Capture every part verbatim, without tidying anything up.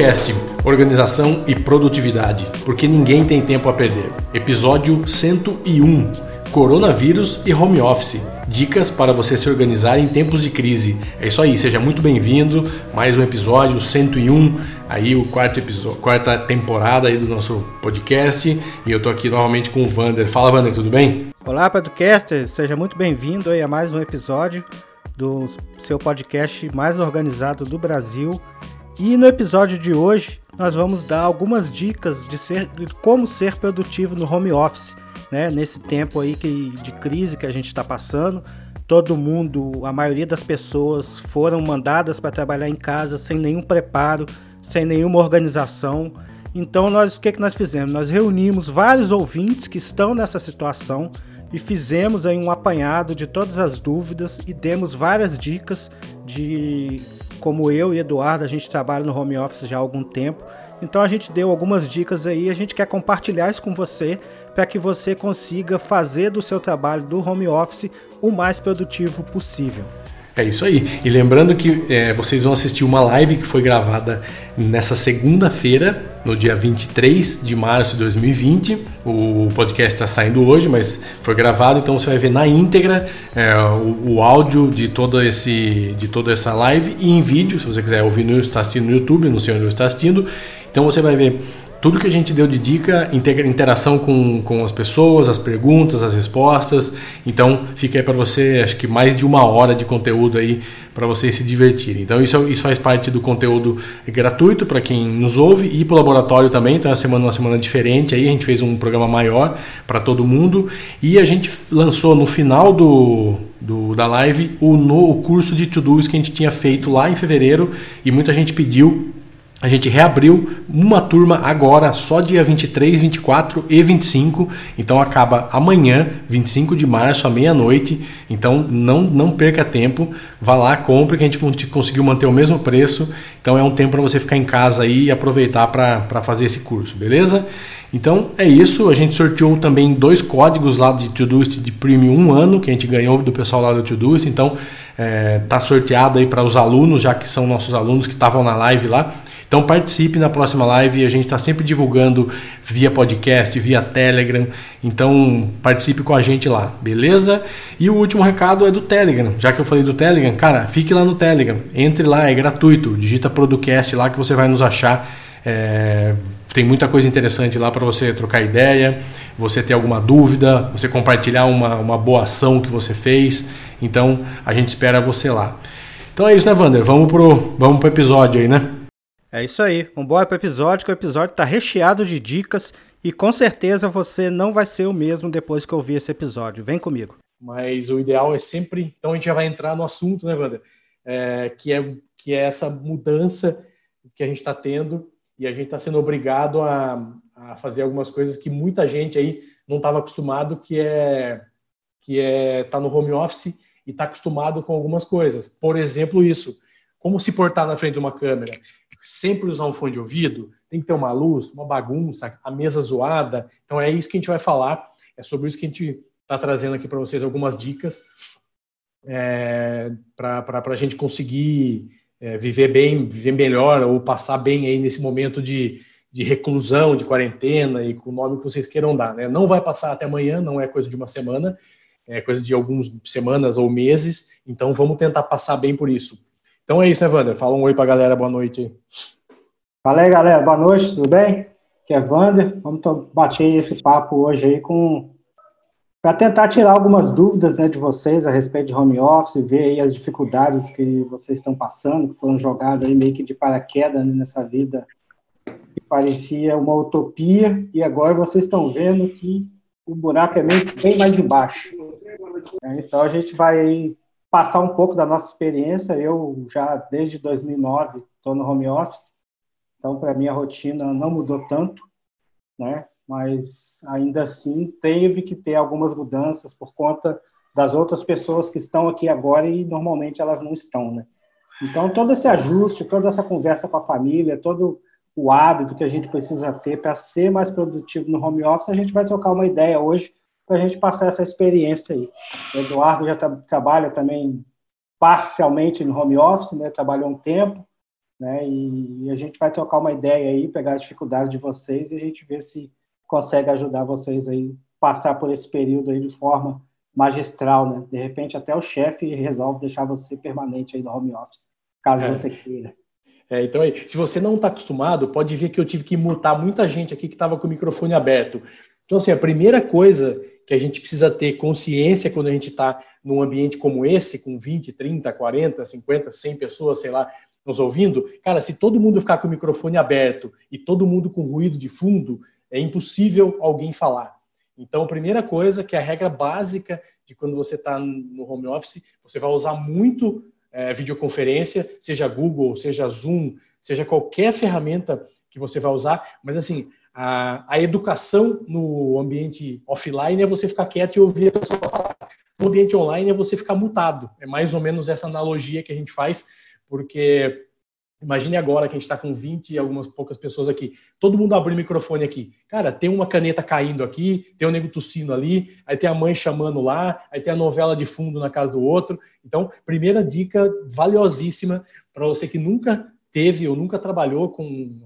Podcast, organização e produtividade, porque ninguém tem tempo a perder. Episódio cento e um, coronavírus e home office. Dicas para você se organizar em tempos de crise. É isso aí, seja muito bem-vindo. Mais um episódio cento e um, aí o quarto episódio, quarta temporada aí do nosso podcast. E eu tô aqui novamente com o Vander. Fala, Vander, tudo bem? Olá, podcaster, seja muito bem-vindo aí a mais um episódio do seu podcast mais organizado do Brasil. E no episódio de hoje nós vamos dar algumas dicas de, ser, de como ser produtivo no home office, né? Nesse tempo aí que, de crise que a gente está passando. Todo mundo, a maioria das pessoas foram mandadas para trabalhar em casa sem nenhum preparo, sem nenhuma organização. Então nós, o que, que nós fizemos? Nós reunimos vários ouvintes que estão nessa situação e fizemos aí um apanhado de todas as dúvidas e demos várias dicas de como eu e Eduardo, a gente trabalha no home office já há algum tempo. Então a gente deu algumas dicas aí, a gente quer compartilhar isso com você para que você consiga fazer do seu trabalho do home office o mais produtivo possível. É isso aí. E lembrando que é, vocês vão assistir uma live que foi gravada nessa segunda-feira, no dia vinte e três de março de dois mil e vinte. O podcast está saindo hoje, mas foi gravado, então você vai ver na íntegra é, o, o áudio de, todo esse, de toda essa live e em vídeo, se você quiser ouvir, no, está assistindo no YouTube, não sei onde você está assistindo. Então você vai ver tudo que a gente deu de dica, interação com, com as pessoas, as perguntas, as respostas. Então fica aí para você, acho que mais de uma hora de conteúdo aí para vocês se divertirem. Então isso, isso faz parte do conteúdo gratuito para quem nos ouve e para o laboratório também. Então é uma semana, uma semana diferente aí, a gente fez um programa maior para todo mundo e a gente lançou no final do, do, da live o, no, o curso de to-dos que a gente tinha feito lá em fevereiro e muita gente pediu. A gente reabriu uma turma agora, só dia vinte e três, vinte e quatro e vinte e cinco. Então acaba amanhã, vinte e cinco de março, à meia-noite. Então não, não perca tempo. Vá lá, compre, que a gente conseguiu manter o mesmo preço. Então é um tempo para você ficar em casa aí e aproveitar para fazer esse curso, beleza? Então é isso. A gente sorteou também dois códigos lá de Todoist de Premium um ano, que a gente ganhou do pessoal lá do Todoist. Então está é, sorteado aí para os alunos, já que são nossos alunos que estavam na live lá. Então participe na próxima live, a gente está sempre divulgando via podcast, via Telegram, então participe com a gente lá, beleza? E o último recado é do Telegram, já que eu falei do Telegram, cara, fique lá no Telegram, entre lá, é gratuito, digita Producast lá que você vai nos achar, é, tem muita coisa interessante lá para você trocar ideia, você ter alguma dúvida, você compartilhar uma, uma boa ação que você fez, então a gente espera você lá. Então é isso, né, Vander? Vamos pro, vamos pro episódio aí, né? É isso aí, vamos embora para o episódio, que o episódio está recheado de dicas e com certeza você não vai ser o mesmo depois que ouvir esse episódio. Vem comigo. Mas o ideal é sempre... Então a gente já vai entrar no assunto, né, Wander? É, que, é, que é essa mudança que a gente está tendo e a gente está sendo obrigado a, a fazer algumas coisas que muita gente aí não estava acostumado, que é que é tá no home office e está acostumado com algumas coisas. Por exemplo, isso. Como se portar na frente de uma câmera? Sempre usar um fone de ouvido, tem que ter uma luz, uma bagunça, a mesa zoada. Então é isso que a gente vai falar, é sobre isso que a gente está trazendo aqui para vocês algumas dicas é, para a gente conseguir é, viver bem, viver melhor ou passar bem aí nesse momento de, de reclusão, de quarentena e com o nome que vocês queiram dar, né? Não vai passar até amanhã, não é coisa de uma semana, é coisa de algumas semanas ou meses, então vamos tentar passar bem por isso. Então é isso, né, Wander? Fala um oi pra galera, boa noite aí. Fala aí, galera, boa noite, tudo bem? Aqui é Wander, vamos bater esse papo hoje aí com... para tentar tirar algumas dúvidas, né, de vocês a respeito de home office, ver aí as dificuldades que vocês estão passando, que foram jogadas aí meio que de paraquedas, né, nessa vida que parecia uma utopia, e agora vocês estão vendo que o buraco é meio, bem mais embaixo. Então a gente vai aí passar um pouco da nossa experiência. Eu já desde dois mil e nove estou no home office, então para mim a rotina não mudou tanto, né? Mas ainda assim teve que ter algumas mudanças por conta das outras pessoas que estão aqui agora e normalmente elas não estão, né? Então todo esse ajuste, toda essa conversa com a família, todo o hábito que a gente precisa ter para ser mais produtivo no home office, a gente vai trocar uma ideia hoje para a gente passar essa experiência aí. O Eduardo já tra- trabalha também parcialmente no home office, né? Trabalhou um tempo, né? E a gente vai trocar uma ideia aí, pegar as dificuldades de vocês e a gente ver se consegue ajudar vocês aí passar por esse período aí de forma magistral, né? De repente até o chefe resolve deixar você permanente aí no home office, caso É. você queira. É, então, aí, se você não está acostumado, pode ver que eu tive que mutar muita gente aqui que estava com o microfone aberto. Então, assim, a primeira coisa que a gente precisa ter consciência quando a gente está num ambiente como esse, com vinte, trinta, quarenta, cinquenta, cem pessoas, sei lá, nos ouvindo, cara, se todo mundo ficar com o microfone aberto e todo mundo com ruído de fundo, é impossível alguém falar. Então, a primeira coisa, que é a regra básica de quando você está no home office, você vai usar muito É, videoconferência, seja Google, seja Zoom, seja qualquer ferramenta que você vai usar, mas assim, a, a educação no ambiente offline é você ficar quieto e ouvir a pessoa falar. No ambiente online é você ficar mutado. É mais ou menos essa analogia que a gente faz, porque imagine agora que a gente está com vinte e algumas poucas pessoas aqui. Todo mundo abre o microfone aqui. Cara, tem uma caneta caindo aqui, tem um nego tossindo ali, aí tem a mãe chamando lá, aí tem a novela de fundo na casa do outro. Então, primeira dica valiosíssima para você que nunca teve ou nunca trabalhou com,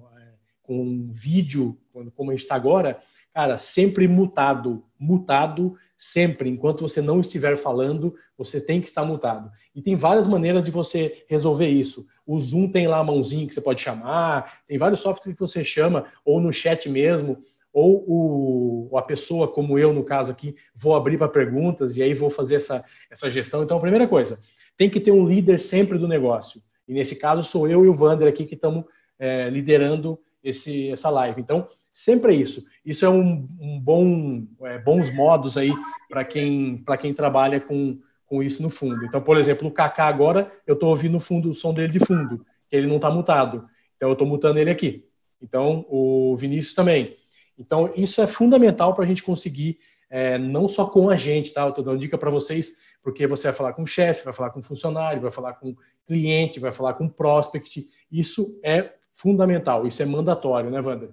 com vídeo, como a gente está agora, cara, sempre mutado. Mutado sempre. Enquanto você não estiver falando, você tem que estar mutado. E tem várias maneiras de você resolver isso. O Zoom tem lá a mãozinha que você pode chamar, tem vários softwares que você chama, ou no chat mesmo, ou o, a pessoa, como eu no caso aqui, vou abrir para perguntas e aí vou fazer essa, essa gestão. Então, a primeira coisa, tem que ter um líder sempre do negócio. E nesse caso sou eu e o Wander aqui que estamos é, liderando esse, essa live. Então, sempre é isso. Isso é um, um bom, é, bons modos aí para quem, para quem trabalha com, com isso no fundo. Então, por exemplo, o Kaká agora, eu estou ouvindo o, fundo, o som dele de fundo, que ele não está mutado. Então, eu estou mutando ele aqui. Então, o Vinícius também. Então, isso é fundamental para a gente conseguir, é, não só com a gente, tá? Eu estou dando dica para vocês, porque você vai falar com o chefe, vai falar com o funcionário, vai falar com o cliente, vai falar com o prospect. Isso é fundamental, isso é mandatório, né, Wander?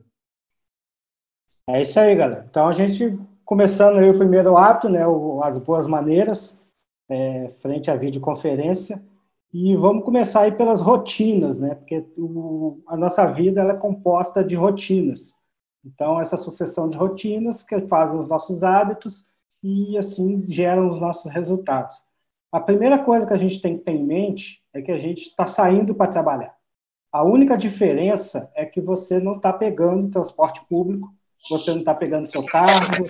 É isso aí, galera. Então, a gente, começando aí o primeiro ato, né, o, as boas maneiras, é, frente à videoconferência, e vamos começar aí pelas rotinas, né, porque o, a nossa vida ela é composta de rotinas. Então, essa sucessão de rotinas que fazem os nossos hábitos e, assim, geram os nossos resultados. A primeira coisa que a gente tem que ter em mente é que a gente está saindo para trabalhar. A única diferença é que você não está pegando transporte público, você não está pegando seu carro, você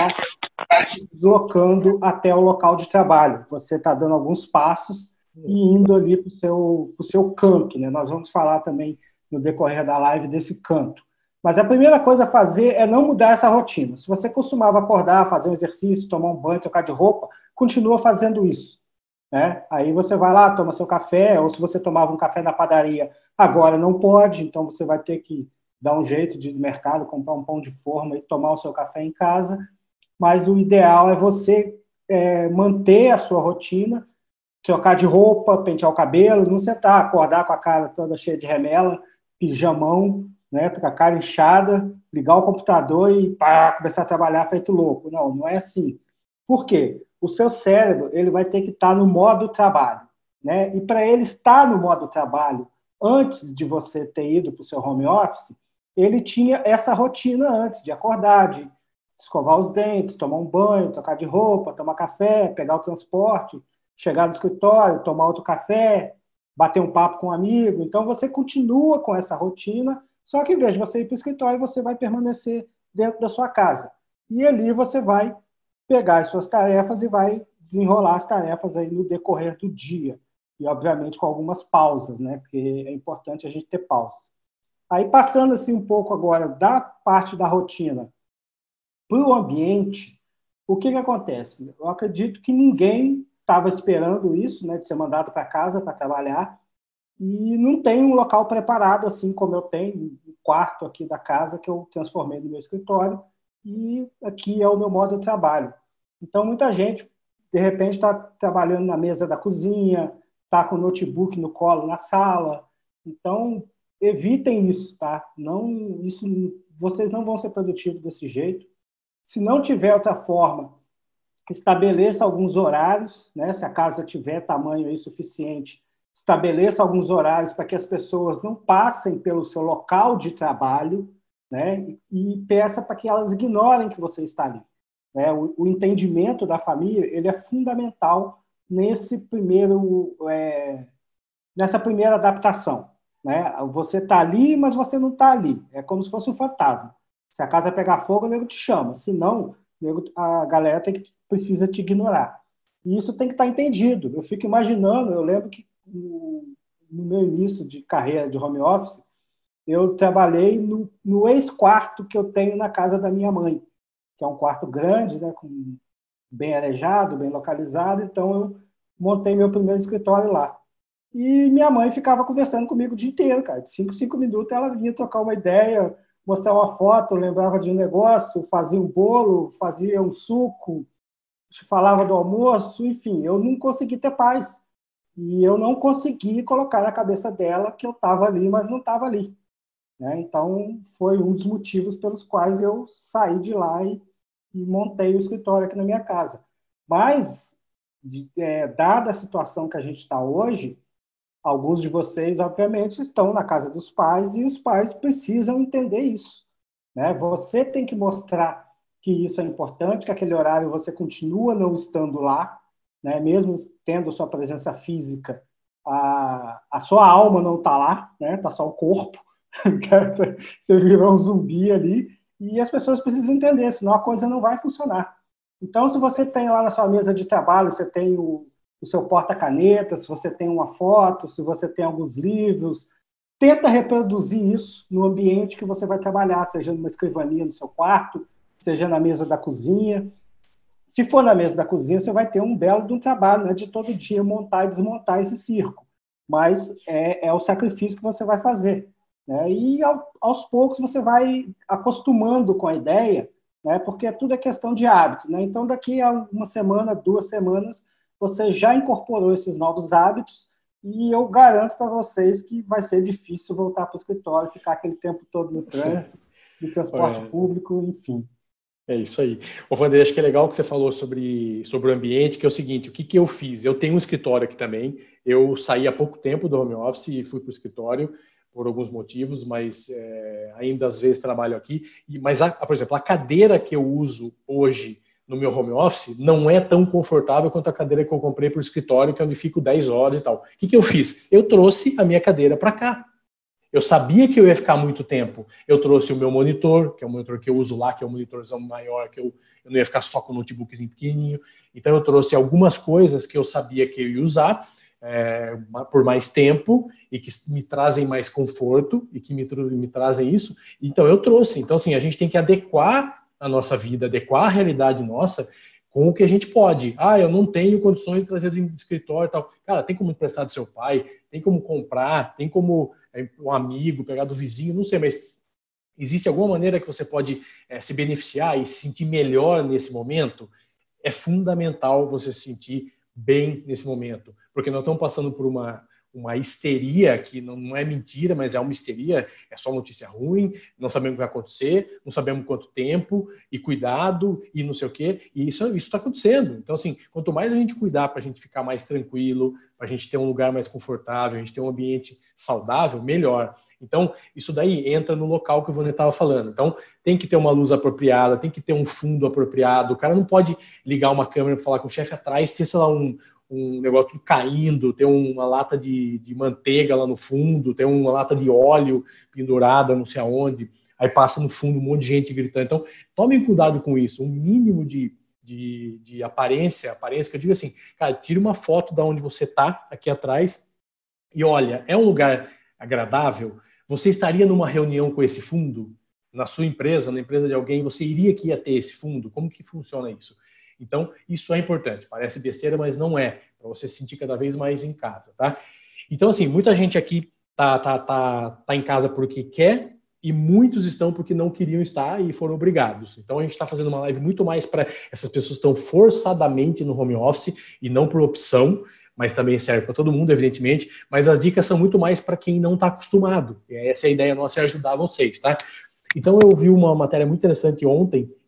está se deslocando até o local de trabalho. Você está dando alguns passos e indo ali para o seu, pro seu canto, né? Nós vamos falar também no decorrer da live desse canto. Mas a primeira coisa a fazer é não mudar essa rotina. Se você costumava acordar, fazer um exercício, tomar um banho, trocar de roupa, continua fazendo isso, né? Aí você vai lá, toma seu café, ou se você tomava um café na padaria, agora não pode, então você vai ter que dar um jeito de ir no mercado, comprar um pão de forma e tomar o seu café em casa. Mas o ideal é você é, manter a sua rotina, trocar de roupa, pentear o cabelo, não sentar, acordar com a cara toda cheia de remela, pijamão, né, com a cara inchada, ligar o computador e pá, começar a trabalhar feito louco. Não, não é assim. Por quê? O seu cérebro ele vai ter que estar no modo trabalho, né? E para ele estar no modo trabalho, antes de você ter ido para o seu home office, ele tinha essa rotina antes de acordar, de escovar os dentes, tomar um banho, trocar de roupa, tomar café, pegar o transporte, chegar no escritório, tomar outro café, bater um papo com um amigo. Então, você continua com essa rotina, só que, em vez de você ir para o escritório, você vai permanecer dentro da sua casa. E ali você vai pegar as suas tarefas e vai desenrolar as tarefas aí no decorrer do dia. E, obviamente, com algumas pausas, né? Porque é importante a gente ter pausas. Aí, passando assim um pouco agora da parte da rotina para o ambiente, o que, que acontece? Eu acredito que ninguém estava esperando isso, né, de ser mandado para casa para trabalhar, e não tem um local preparado, assim como eu tenho, um quarto aqui da casa que eu transformei no meu escritório, e aqui é o meu modo de trabalho. Então, muita gente, de repente, está trabalhando na mesa da cozinha, está com o notebook no colo na sala. Então, evitem isso, tá? Não, isso, vocês não vão ser produtivos desse jeito. Se não tiver outra forma, estabeleça alguns horários, né? Se a casa tiver tamanho aí suficiente, estabeleça alguns horários para que as pessoas não passem pelo seu local de trabalho, né? E peça para que elas ignorem que você está ali. Né? O, o entendimento da família, ele é fundamental nesse primeiro, é, nessa primeira adaptação. Né? Você está ali, mas você não está ali. É como se fosse um fantasma. Se a casa pegar fogo, o nego te chama. Se não, a galera tem que, precisa te ignorar. E isso tem que estar entendido. Eu fico imaginando, eu lembro que no, no meu início de carreira de home office, eu trabalhei no, no ex-quarto que eu tenho na casa da minha mãe, que é um quarto grande, né, com, bem arejado, bem localizado, então eu montei meu primeiro escritório lá. E minha mãe ficava conversando comigo o dia inteiro, cara. De cinco, cinco minutos ela vinha trocar uma ideia, mostrar uma foto, lembrava de um negócio, fazia um bolo, fazia um suco, falava do almoço, enfim, eu não consegui ter paz. E eu não consegui colocar na cabeça dela que eu estava ali, mas não estava ali. Né? Então, foi um dos motivos pelos quais eu saí de lá e, e montei o escritório aqui na minha casa. Mas, de, é, dada a situação que a gente está hoje, alguns de vocês, obviamente, estão na casa dos pais e os pais precisam entender isso. Né? Você tem que mostrar que isso é importante, que aquele horário você continua não estando lá, né? Mesmo tendo sua presença física, a, a sua alma não está lá, né? Está só o corpo. Você virou um zumbi ali e as pessoas precisam entender, senão a coisa não vai funcionar. Então, se você tem lá na sua mesa de trabalho, você tem o, o seu porta-caneta, se você tem uma foto, se você tem alguns livros, tenta reproduzir isso no ambiente que você vai trabalhar, seja numa escrivaninha no seu quarto, seja na mesa da cozinha. Se for na mesa da cozinha, você vai ter um belo de um trabalho, né, de todo dia montar e desmontar esse circo. Mas é, é o sacrifício que você vai fazer. Né? E ao, aos poucos você vai acostumando com a ideia, né, porque tudo é questão de hábito. Né? Então, daqui a uma semana, duas semanas, você já incorporou esses novos hábitos e eu garanto para vocês que vai ser difícil voltar para o escritório, ficar aquele tempo todo no trânsito, no transporte é. público, enfim. É isso aí. Ô, Wander, acho que é legal o que você falou sobre, sobre o ambiente, que é o seguinte, o que, que eu fiz? Eu tenho um escritório aqui também, eu saí há pouco tempo do home office e fui para o escritório por alguns motivos, mas é, ainda às vezes trabalho aqui. E, mas, a, por exemplo, a cadeira que eu uso hoje no meu home office não é tão confortável quanto a cadeira que eu comprei para o escritório, que é onde fico dez horas e tal. O que, que eu fiz? Eu trouxe a minha cadeira para cá. Eu sabia que eu ia ficar muito tempo. Eu trouxe o meu monitor, que é o monitor que eu uso lá, que é um monitorzão maior, que eu, eu não ia ficar só com o notebookzinho pequenininho. Então eu trouxe algumas coisas que eu sabia que eu ia usar é, por mais tempo e que me trazem mais conforto e que me, me trazem isso. Então eu trouxe. Então assim, a gente tem que adequar a nossa vida, adequar a realidade nossa com o que a gente pode. Ah, eu não tenho condições de trazer do escritório e tal. Cara, tem como emprestar do seu pai, tem como comprar, tem como um amigo pegar do vizinho, não sei, mas existe alguma maneira que você pode é, se beneficiar e se sentir melhor nesse momento? É fundamental você se sentir bem nesse momento, porque nós estamos passando por uma uma histeria que não é mentira, mas é uma histeria, é só notícia ruim, não sabemos o que vai acontecer, não sabemos quanto tempo, e cuidado, e não sei o quê, e isso está acontecendo. Então, assim, quanto mais a gente cuidar para a gente ficar mais tranquilo, para a gente ter um lugar mais confortável, a gente ter um ambiente saudável, melhor. Então, isso daí entra no local que o Wander estava falando. Então, tem que ter uma luz apropriada, tem que ter um fundo apropriado, o cara não pode ligar uma câmera para falar com o chefe atrás, ter, sei lá, um um negócio caindo, tem uma lata de, de manteiga lá no fundo, tem uma lata de óleo pendurada não sei aonde, aí passa no fundo um monte de gente gritando. Então, tomem cuidado com isso, um mínimo de, de, de aparência, aparência que eu digo assim, cara, tire uma foto da onde você está, aqui atrás, e olha, é um lugar agradável? Você estaria numa reunião com esse fundo? Na sua empresa, na empresa de alguém, você iria que ia ter esse fundo? Como que funciona isso? Então, isso é importante. Parece besteira, mas não é. Para você se sentir cada vez mais em casa, tá? Então, assim, muita gente aqui tá, tá, tá, tá em casa porque quer e muitos estão porque não queriam estar e foram obrigados. Então, a gente está fazendo uma live muito mais para essas pessoas que estão forçadamente no home office e não por opção, mas também serve para todo mundo, evidentemente. Mas as dicas são muito mais para quem não está acostumado. E essa é a ideia nossa, é ajudar vocês, tá? Então, eu vi uma matéria muito interessante ontem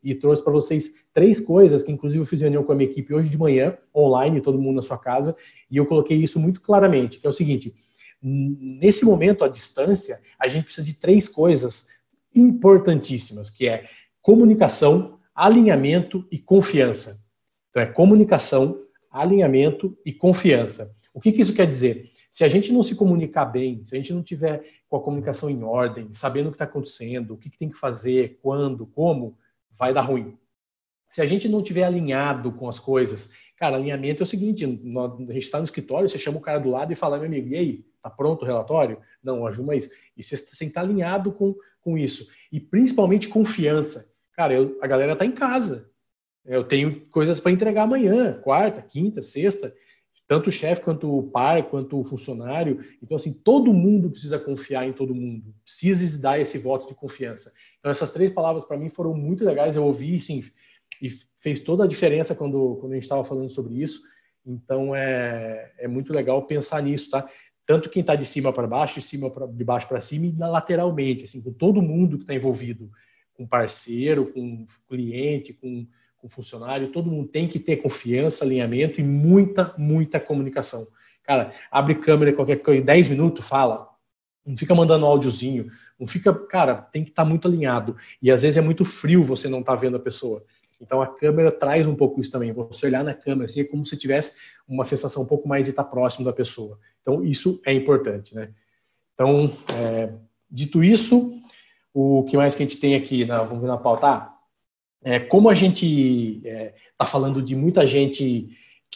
e trouxe para vocês três coisas que, inclusive, eu fiz reunião com a minha equipe hoje de manhã, online, todo mundo na sua casa, e eu coloquei isso muito claramente, que é o seguinte: nesse momento, à distância, a gente precisa de três coisas importantíssimas, que é comunicação, alinhamento e confiança. Então, é comunicação, alinhamento e confiança. O que, que isso quer dizer? Se a gente não se comunicar bem, se a gente não tiver com a comunicação em ordem, sabendo o que está acontecendo, o que, que tem que fazer, quando, como, vai dar ruim. Se a gente não tiver alinhado com as coisas, cara, alinhamento é o seguinte: a gente está no escritório, você chama o cara do lado e fala, meu amigo, e aí, tá pronto o relatório? Não, ajuma isso. E você tem que estar alinhado com, com isso. E principalmente confiança. Cara, eu, a galera tá em casa. Eu tenho coisas para entregar amanhã, quarta, quinta, sexta. Tanto o chefe, quanto o pai, quanto o funcionário. Então, assim, todo mundo precisa confiar em todo mundo. Precisa dar esse voto de confiança. Então, essas três palavras, para mim, foram muito legais. Eu ouvi, sim, e fez toda a diferença quando, quando a gente estava falando sobre isso. Então, é, é muito legal pensar nisso, tá? Tanto quem está de cima para baixo, de, cima pra, de baixo para cima e lateralmente, assim, com todo mundo que está envolvido. Com parceiro, com cliente, com... com funcionário, todo mundo tem que ter confiança, alinhamento e muita, muita comunicação. Cara, abre câmera qualquer coisa, dez minutos, fala. Não fica mandando áudiozinho, não fica, cara, tem que estar tá muito alinhado. E às vezes é muito frio você não tá vendo a pessoa. Então a câmera traz um pouco isso também. Você olhar na câmera, assim, é como se tivesse uma sensação um pouco mais de estar próximo da pessoa. Então isso é importante, né? Então, é, dito isso, o que mais que a gente tem aqui, na, vamos ver na pauta? Ah, É, como a gente está é, falando de muita gente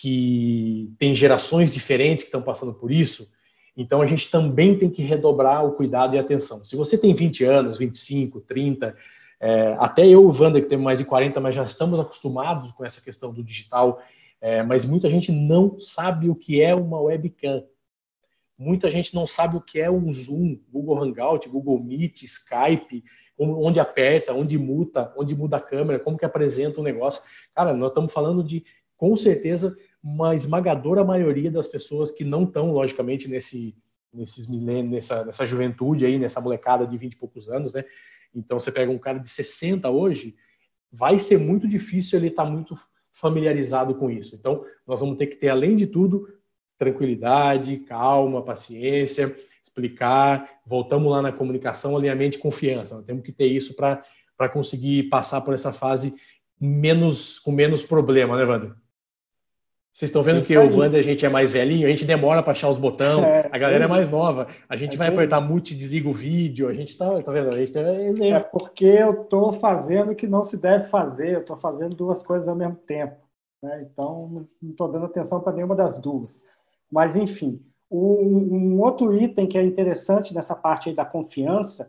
que tem gerações diferentes que estão passando por isso, então a gente também tem que redobrar o cuidado e a atenção. Se você tem vinte anos, vinte e cinco, trinta, é, até eu, o Wander, que temos mais de quarenta, mas já estamos acostumados com essa questão do digital, é, mas muita gente não sabe o que é uma webcam. Muita gente não sabe o que é um Zoom, Google Hangout, Google Meet, Skype, onde aperta, onde muta, onde muda a câmera, como que apresenta o negócio. Cara, nós estamos falando de, com certeza, uma esmagadora maioria das pessoas que não estão, logicamente, nesse, nesses milênios, nessa, nessa juventude aí, nessa molecada de vinte e poucos anos, né? Então, você pega um cara de sessenta hoje, vai ser muito difícil ele estar muito familiarizado com isso. Então, nós vamos ter que ter, além de tudo, tranquilidade, calma, paciência, explicar, voltamos lá na comunicação, alinhamento e confiança. Nós temos que ter isso para conseguir passar por essa fase menos, com menos problema, né, Wander? Vocês estão vendo que o Wander, a gente é mais velhinho, a gente demora para achar os botões, é, a galera é mais nova, a gente é vai apertar mute, desliga o vídeo, a gente está, tá vendo? A gente é exemplo. É porque eu estou fazendo o que não se deve fazer, eu estou fazendo duas coisas ao mesmo tempo, né? Então não estou dando atenção para nenhuma das duas. Mas, enfim, um, um outro item que é interessante nessa parte aí da confiança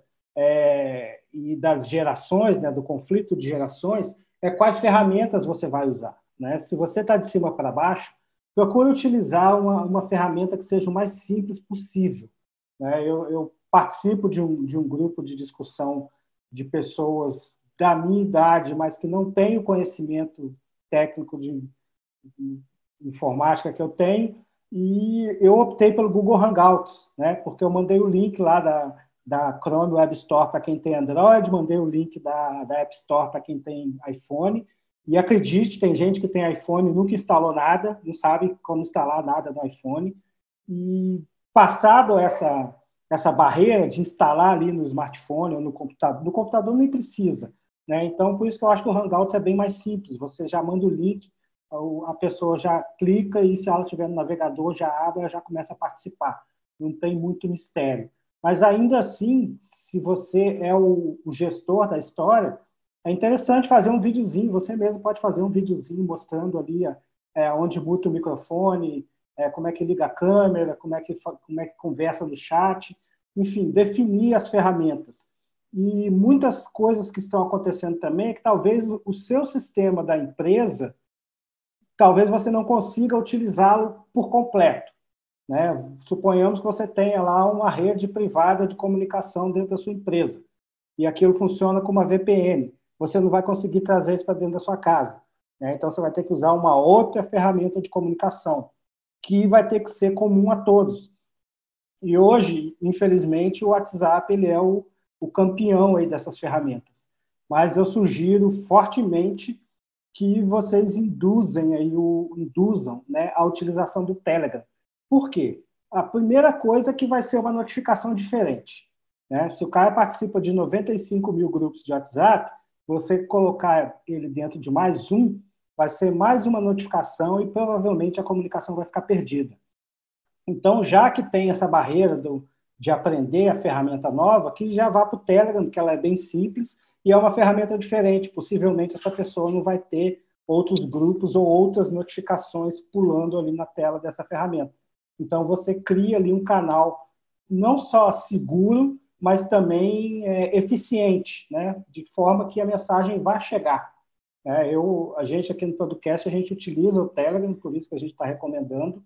é, e das gerações, né, do conflito de gerações, é quais ferramentas você vai usar, né? Se você está de cima para baixo, procure utilizar uma, uma ferramenta que seja o mais simples possível, né? Eu, eu participo de um, de um grupo de discussão de pessoas da minha idade, mas que não têm o conhecimento técnico de, de informática que eu tenho, e eu optei pelo Google Hangouts, né? Porque eu mandei o link lá da, da Chrome Web Store para quem tem Android, mandei o link da, da App Store para quem tem iPhone, e acredite, tem gente que tem iPhone e nunca instalou nada, não sabe como instalar nada no iPhone, e passado essa, essa barreira de instalar ali no smartphone ou no computador, no computador nem precisa, né? Então, por isso que eu acho que o Hangouts é bem mais simples, você já manda o link, a pessoa já clica e se ela estiver no navegador, já abre, ela já começa a participar. Não tem muito mistério. Mas ainda assim, se você é o, o gestor da história, é interessante fazer um videozinho, você mesmo pode fazer um videozinho mostrando ali é, onde muta o microfone, é, como é que liga a câmera, como é que, como é que conversa no chat, enfim, definir as ferramentas. E muitas coisas que estão acontecendo também é que talvez o seu sistema da empresa talvez você não consiga utilizá-lo por completo, né? Suponhamos que você tenha lá uma rede privada de comunicação dentro da sua empresa e aquilo funciona como uma V P N. Você não vai conseguir trazer isso para dentro da sua casa, né? Então, você vai ter que usar uma outra ferramenta de comunicação que vai ter que ser comum a todos. E hoje, infelizmente, o WhatsApp ele é o, o campeão aí dessas ferramentas. mas eu sugiro fortemente que vocês induzem aí o, induzam, né, a utilização do Telegram. Por quê? A primeira coisa é que vai ser uma notificação diferente, né? Se o cara participa de noventa e cinco mil grupos de WhatsApp, você colocar ele dentro de mais um, vai ser mais uma notificação e provavelmente a comunicação vai ficar perdida. Então, já que tem essa barreira do, de aprender a ferramenta nova, que já vá para o Telegram, que ela é bem simples e é uma ferramenta diferente. Possivelmente essa pessoa não vai ter outros grupos ou outras notificações pulando ali na tela dessa ferramenta. Então, você cria ali um canal não só seguro, mas também é, eficiente, né? De forma que a mensagem vai chegar. É, eu, a gente aqui no podcast, a gente utiliza o Telegram, por isso que a gente está recomendando,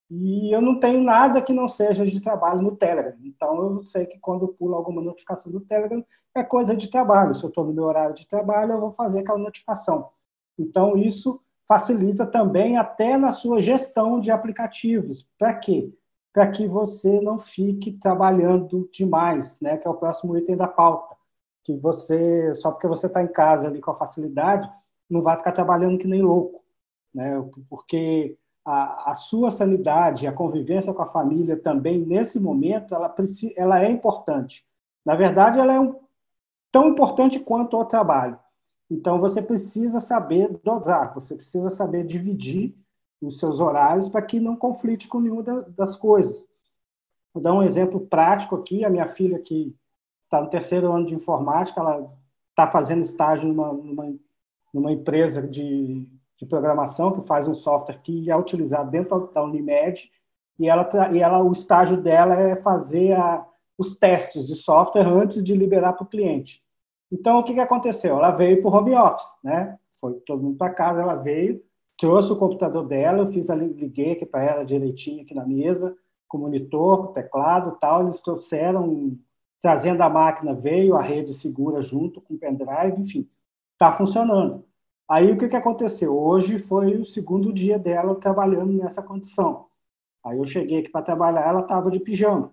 e eu não tenho nada que não seja de trabalho no Telegram. Então, eu sei que quando eu pulo alguma notificação do Telegram, é coisa de trabalho. Se eu estou no meu horário de trabalho, eu vou fazer aquela notificação. Então, isso facilita também até na sua gestão de aplicativos. Para quê? Para que você não fique trabalhando demais, né? Que é o próximo item da pauta. Que você, só porque você está em casa ali com a facilidade, não vai ficar trabalhando que nem louco, né? Porque a, a sua sanidade, a convivência com a família também, nesse momento, ela, precisa, ela é importante. Na verdade, ela é um, tão importante quanto o trabalho. Então, você precisa saber dosar, você precisa saber dividir os seus horários para que não conflite com nenhuma das coisas. Vou dar um exemplo prático aqui. A minha filha, que está no terceiro ano de informática, ela está fazendo estágio numa, numa, numa empresa de, de programação que faz um software que é utilizado dentro da Unimed, e, ela, e ela, o estágio dela é fazer a, os testes de software antes de liberar para o cliente. Então, o que, que aconteceu? Ela veio para o home office, né? Foi todo mundo para casa, ela veio, trouxe o computador dela, eu fiz ali, liguei aqui para ela direitinho aqui na mesa, com monitor, com teclado e tal, eles trouxeram, trazendo a máquina, veio a rede segura junto com o pendrive, enfim, está funcionando. Aí, o que, que aconteceu? Hoje foi o segundo dia dela trabalhando nessa condição. Aí eu cheguei aqui para trabalhar, ela estava de pijama.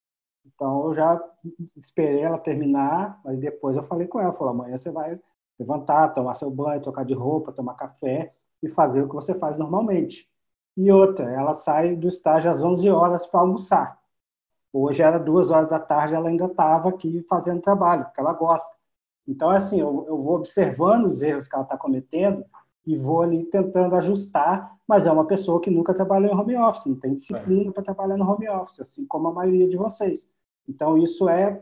Então, eu já esperei ela terminar, aí depois eu falei com ela, falei, amanhã você vai levantar, tomar seu banho, trocar de roupa, tomar café e fazer o que você faz normalmente. E outra, ela sai do estágio às onze horas para almoçar. Hoje era duas horas da tarde, ela ainda estava aqui fazendo trabalho, porque ela gosta. Então, assim, eu, eu vou observando os erros que ela está cometendo e vou ali tentando ajustar, mas é uma pessoa que nunca trabalhou em home office, não tem disciplina para trabalhar no home office, assim como a maioria de vocês. Então, isso é...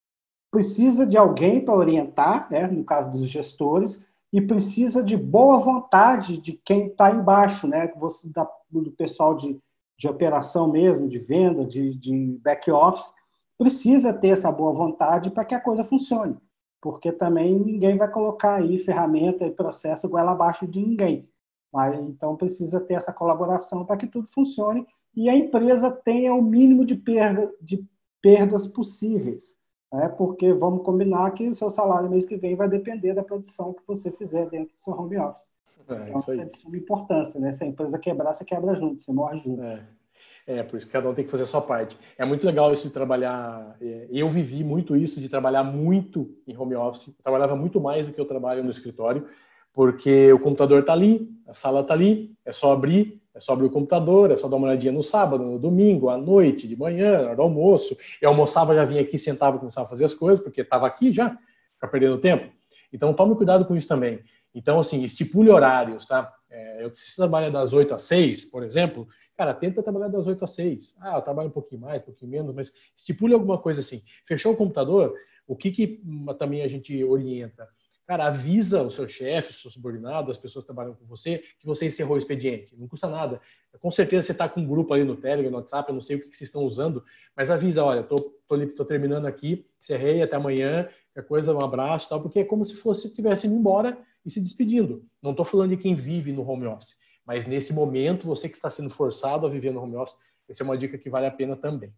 Precisa de alguém para orientar, né, no caso dos gestores, e precisa de boa vontade de quem está embaixo, né, você, da, do pessoal de, de operação mesmo, de venda, de, de back-office, precisa ter essa boa vontade para que a coisa funcione, porque também ninguém vai colocar aí ferramenta e processo goela abaixo de ninguém. Mas, então, precisa ter essa colaboração para que tudo funcione e a empresa tenha o mínimo de, perda, de perdas possíveis. É porque vamos combinar que o seu salário mês que vem vai depender da produção que você fizer dentro do seu home office. É, então, isso, isso é de suma importância, né? Se a empresa quebrar, você quebra junto, você morre junto. É. é, por isso que cada um tem que fazer a sua parte. É muito legal isso de trabalhar, eu vivi muito isso, de trabalhar muito em home office, eu trabalhava muito mais do que eu trabalho no escritório, porque o computador está ali, a sala está ali, é só abrir, é só abrir o computador, é só dar uma olhadinha no sábado, no domingo, à noite, de manhã, na hora do almoço. Eu almoçava, já vinha aqui, sentava e começava a fazer as coisas, porque estava aqui já, ficar perdendo tempo. Então, tome cuidado com isso também. Então, assim, estipule horários, tá? É, eu, se você trabalha das oito às seis, por exemplo, cara, tenta trabalhar das oito às seis. Ah, eu trabalho um pouquinho mais, um pouquinho menos, mas estipule alguma coisa assim. Fechou o computador, o que, que também a gente orienta? Cara, avisa o seu chefe, o seu subordinado, as pessoas que trabalham com você, que você encerrou o expediente. Não custa nada. Com certeza você está com um grupo ali no Telegram, no WhatsApp, eu não sei o que vocês estão usando, mas avisa, olha, tô, tô, tô terminando aqui, encerrei, até amanhã, qualquer coisa, um abraço e tal, porque é como se fosse estivesse indo embora e se despedindo. Não estou falando de quem vive no home office, mas nesse momento, você que está sendo forçado a viver no home office, essa é uma dica que vale a pena também.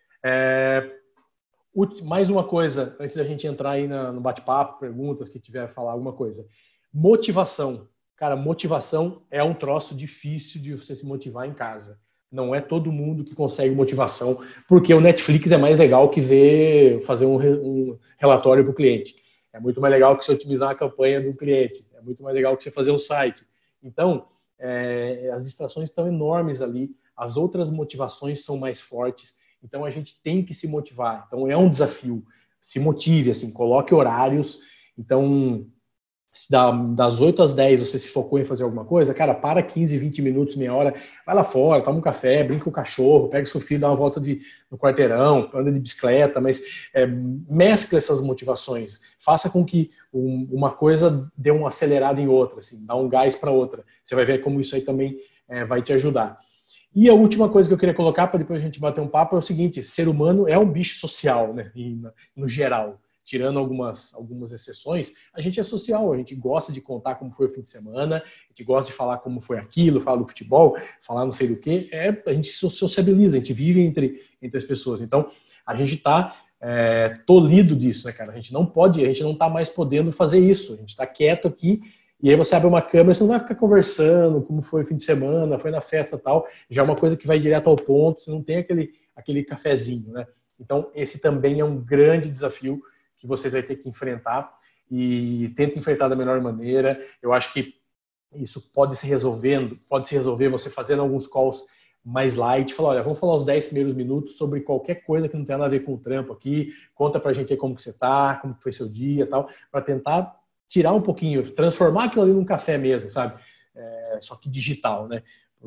É... Mais uma coisa, antes da gente entrar aí no bate-papo, perguntas, que tiver a falar alguma coisa. Motivação. Cara, motivação é um troço difícil de você se motivar em casa. Não é todo mundo que consegue motivação, porque o Netflix é mais legal que ver, fazer um, um relatório para o cliente. É muito mais legal que você otimizar uma campanha do cliente. É muito mais legal que você fazer um site. Então, é, as distrações estão enormes ali. As outras motivações são mais fortes. Então, a gente tem que se motivar. Então, é um desafio. Se motive, assim, coloque horários. Então, se das oito às dez você se focou em fazer alguma coisa, cara, para quinze, vinte minutos, meia hora, vai lá fora, toma um café, brinca com o cachorro, pega seu filho, dá uma volta de, no quarteirão, anda de bicicleta, mas é, mescla essas motivações, faça com que um, uma coisa dê uma acelerada em outra, assim, dá um gás para outra. Você vai ver como isso aí também é, vai te ajudar. E a última coisa que eu queria colocar, para depois a gente bater um papo, é o seguinte: ser humano é um bicho social, né, no geral. Tirando algumas, algumas exceções, a gente é social, a gente gosta de contar como foi o fim de semana, a gente gosta de falar como foi aquilo, falar do futebol, falar não sei do que, é, a gente se sociabiliza, a gente vive entre, entre as pessoas. Então, a gente está é, tolhido disso, né, cara? A gente não pode, a gente não está mais podendo fazer isso, a gente está quieto aqui, e aí você abre uma câmera, você não vai ficar conversando como foi o fim de semana, foi na festa e tal, já é uma coisa que vai direto ao ponto, você não tem aquele, aquele cafezinho, né? Então, esse também é um grande desafio que você vai ter que enfrentar, e tenta enfrentar da melhor maneira. Eu acho que isso pode se resolvendo, pode se resolver você fazendo alguns calls mais light, falar, olha, vamos falar os dez primeiros minutos sobre qualquer coisa que não tem nada a ver com o trampo aqui, conta pra gente aí como que você tá, como que foi seu dia e tal, para tentar tirar um pouquinho, transformar aquilo ali num café mesmo, sabe? É, só que digital, né?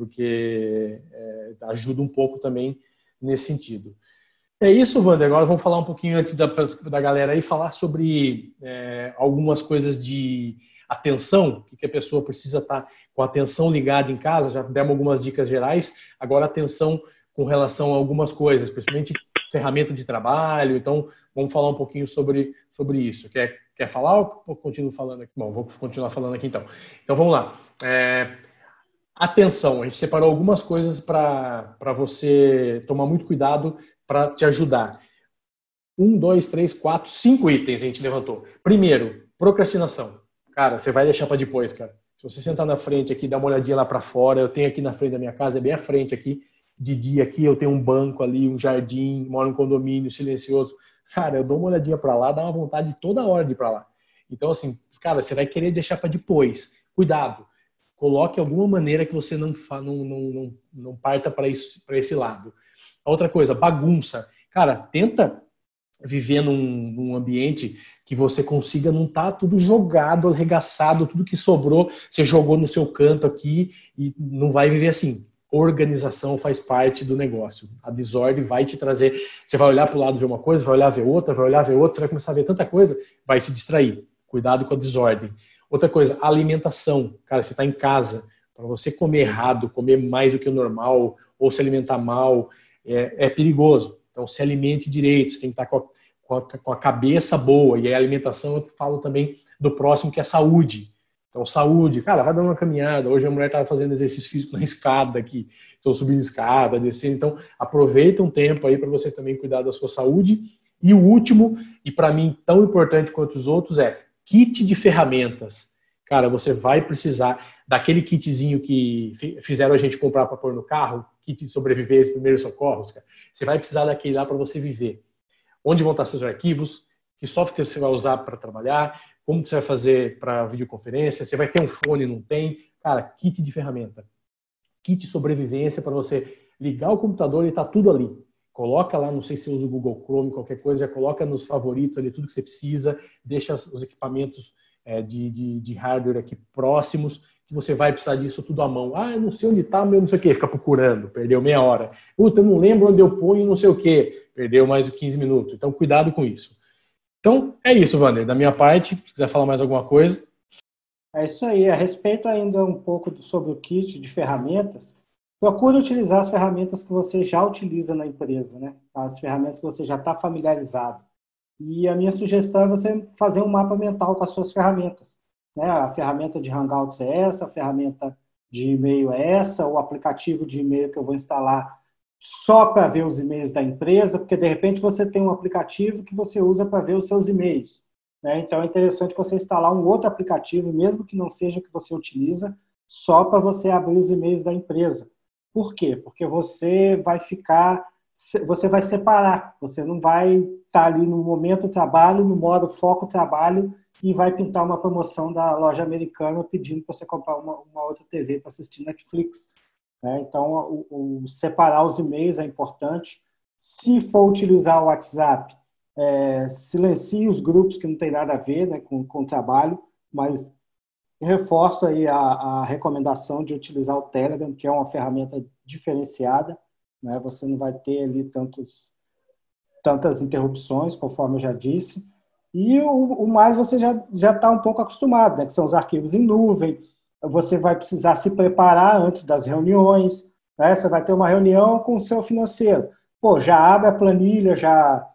Porque é, ajuda um pouco também nesse sentido. É isso, Wander. Agora vamos falar um pouquinho antes da, da galera aí, falar sobre é, algumas coisas de atenção, que a pessoa precisa estar com a atenção ligada em casa. Já demos algumas dicas gerais. Agora, atenção com relação a algumas coisas, principalmente ferramenta de trabalho. Então, vamos falar um pouquinho sobre, sobre isso. Quer, quer falar ou continuo falando aqui? Bom, vou continuar falando aqui então. Então, vamos lá. É, atenção. A gente separou algumas coisas para você tomar muito cuidado para te ajudar. Um, dois, três, quatro, cinco itens a gente levantou. Primeiro, procrastinação. Cara, você vai deixar para depois, cara. Se você sentar na frente aqui, dar uma olhadinha lá para fora, eu tenho aqui na frente da minha casa, é bem à frente aqui, de dia aqui, eu tenho um banco ali, um jardim, moro em um condomínio silencioso. Cara, eu dou uma olhadinha para lá, dá uma vontade toda hora de ir para lá. Então, assim, cara, você vai querer deixar para depois. Cuidado. Coloque alguma maneira que você não, não, não, não, não parta para esse lado. A outra coisa, bagunça. Cara, tenta viver num, num ambiente que você consiga não estar tá tudo jogado, arregaçado, tudo que sobrou, você jogou no seu canto aqui e não vai viver assim. Organização faz parte do negócio. A desordem vai te trazer... Você vai olhar para o lado ver uma coisa, vai olhar ver outra, vai olhar ver outra, você vai começar a ver tanta coisa, vai te distrair. Cuidado com a desordem. Outra coisa, alimentação. Cara, você está em casa, para você comer errado, comer mais do que o normal, ou se alimentar mal... É, é perigoso. Então, se alimente direito, você tem que estar com a, com, a, com a cabeça boa. E a alimentação, eu falo também do próximo, que é saúde. Então, saúde, cara, vai dando uma caminhada. Hoje a mulher estava fazendo exercício físico na escada aqui. Estão subindo escada, descendo. Então, aproveita um tempo aí para você também cuidar da sua saúde. E o último, e para mim tão importante quanto os outros, é kit de ferramentas. Cara, você vai precisar daquele kitzinho que fizeram a gente comprar para pôr no carro, kit de sobrevivência, primeiros socorros, cara. Você vai precisar daquele lá para você viver. Onde vão estar seus arquivos, que software você vai usar para trabalhar, como que você vai fazer para videoconferência, você vai ter um fone, não tem? Cara, kit de ferramenta. Kit de sobrevivência para você ligar o computador e tá tudo ali. Coloca lá, não sei se você usa o Google Chrome, qualquer coisa, já coloca nos favoritos ali tudo que você precisa, deixa os equipamentos é, de, de, de hardware aqui próximos, que você vai precisar disso tudo à mão. Ah, eu não sei onde está, meu não sei o quê, fica procurando, perdeu meia hora. Puta, eu não lembro onde eu ponho não sei o quê, perdeu mais quinze minutos. Então, cuidado com isso. Então, é isso, Wander. Da minha parte, se quiser falar mais alguma coisa. É isso aí. A respeito ainda um pouco sobre o kit de ferramentas, procure utilizar as ferramentas que você já utiliza na empresa, né? As ferramentas que você já está familiarizado. E a minha sugestão é você fazer um mapa mental com as suas ferramentas. Né? A ferramenta de Hangouts é essa, a ferramenta de e-mail é essa, o aplicativo de e-mail que eu vou instalar só para ver os e-mails da empresa, porque de repente você tem um aplicativo que você usa para ver os seus e-mails. Né? Então é interessante você instalar um outro aplicativo, mesmo que não seja o que você utiliza, só para você abrir os e-mails da empresa. Por quê? Porque você vai ficar você vai separar, você não vai estar ali no momento trabalho, no modo foco trabalho e vai pintar uma promoção da loja americana pedindo para você comprar uma, uma outra T V para assistir Netflix. Né? Então, o, o separar os e-mails é importante. Se for utilizar o WhatsApp, é, silencie os grupos que não tem nada a ver, né, com, com o trabalho, mas reforço aí a, a recomendação de utilizar o Telegram, que é uma ferramenta diferenciada. Né? Você não vai ter ali tantos, tantas interrupções, conforme eu já disse. E o, o mais você já já está um pouco acostumado, né? Que são os arquivos em nuvem. Você vai precisar se preparar antes das reuniões. Né? Você vai ter uma reunião com o seu financeiro. Pô, já abre a planilha, já,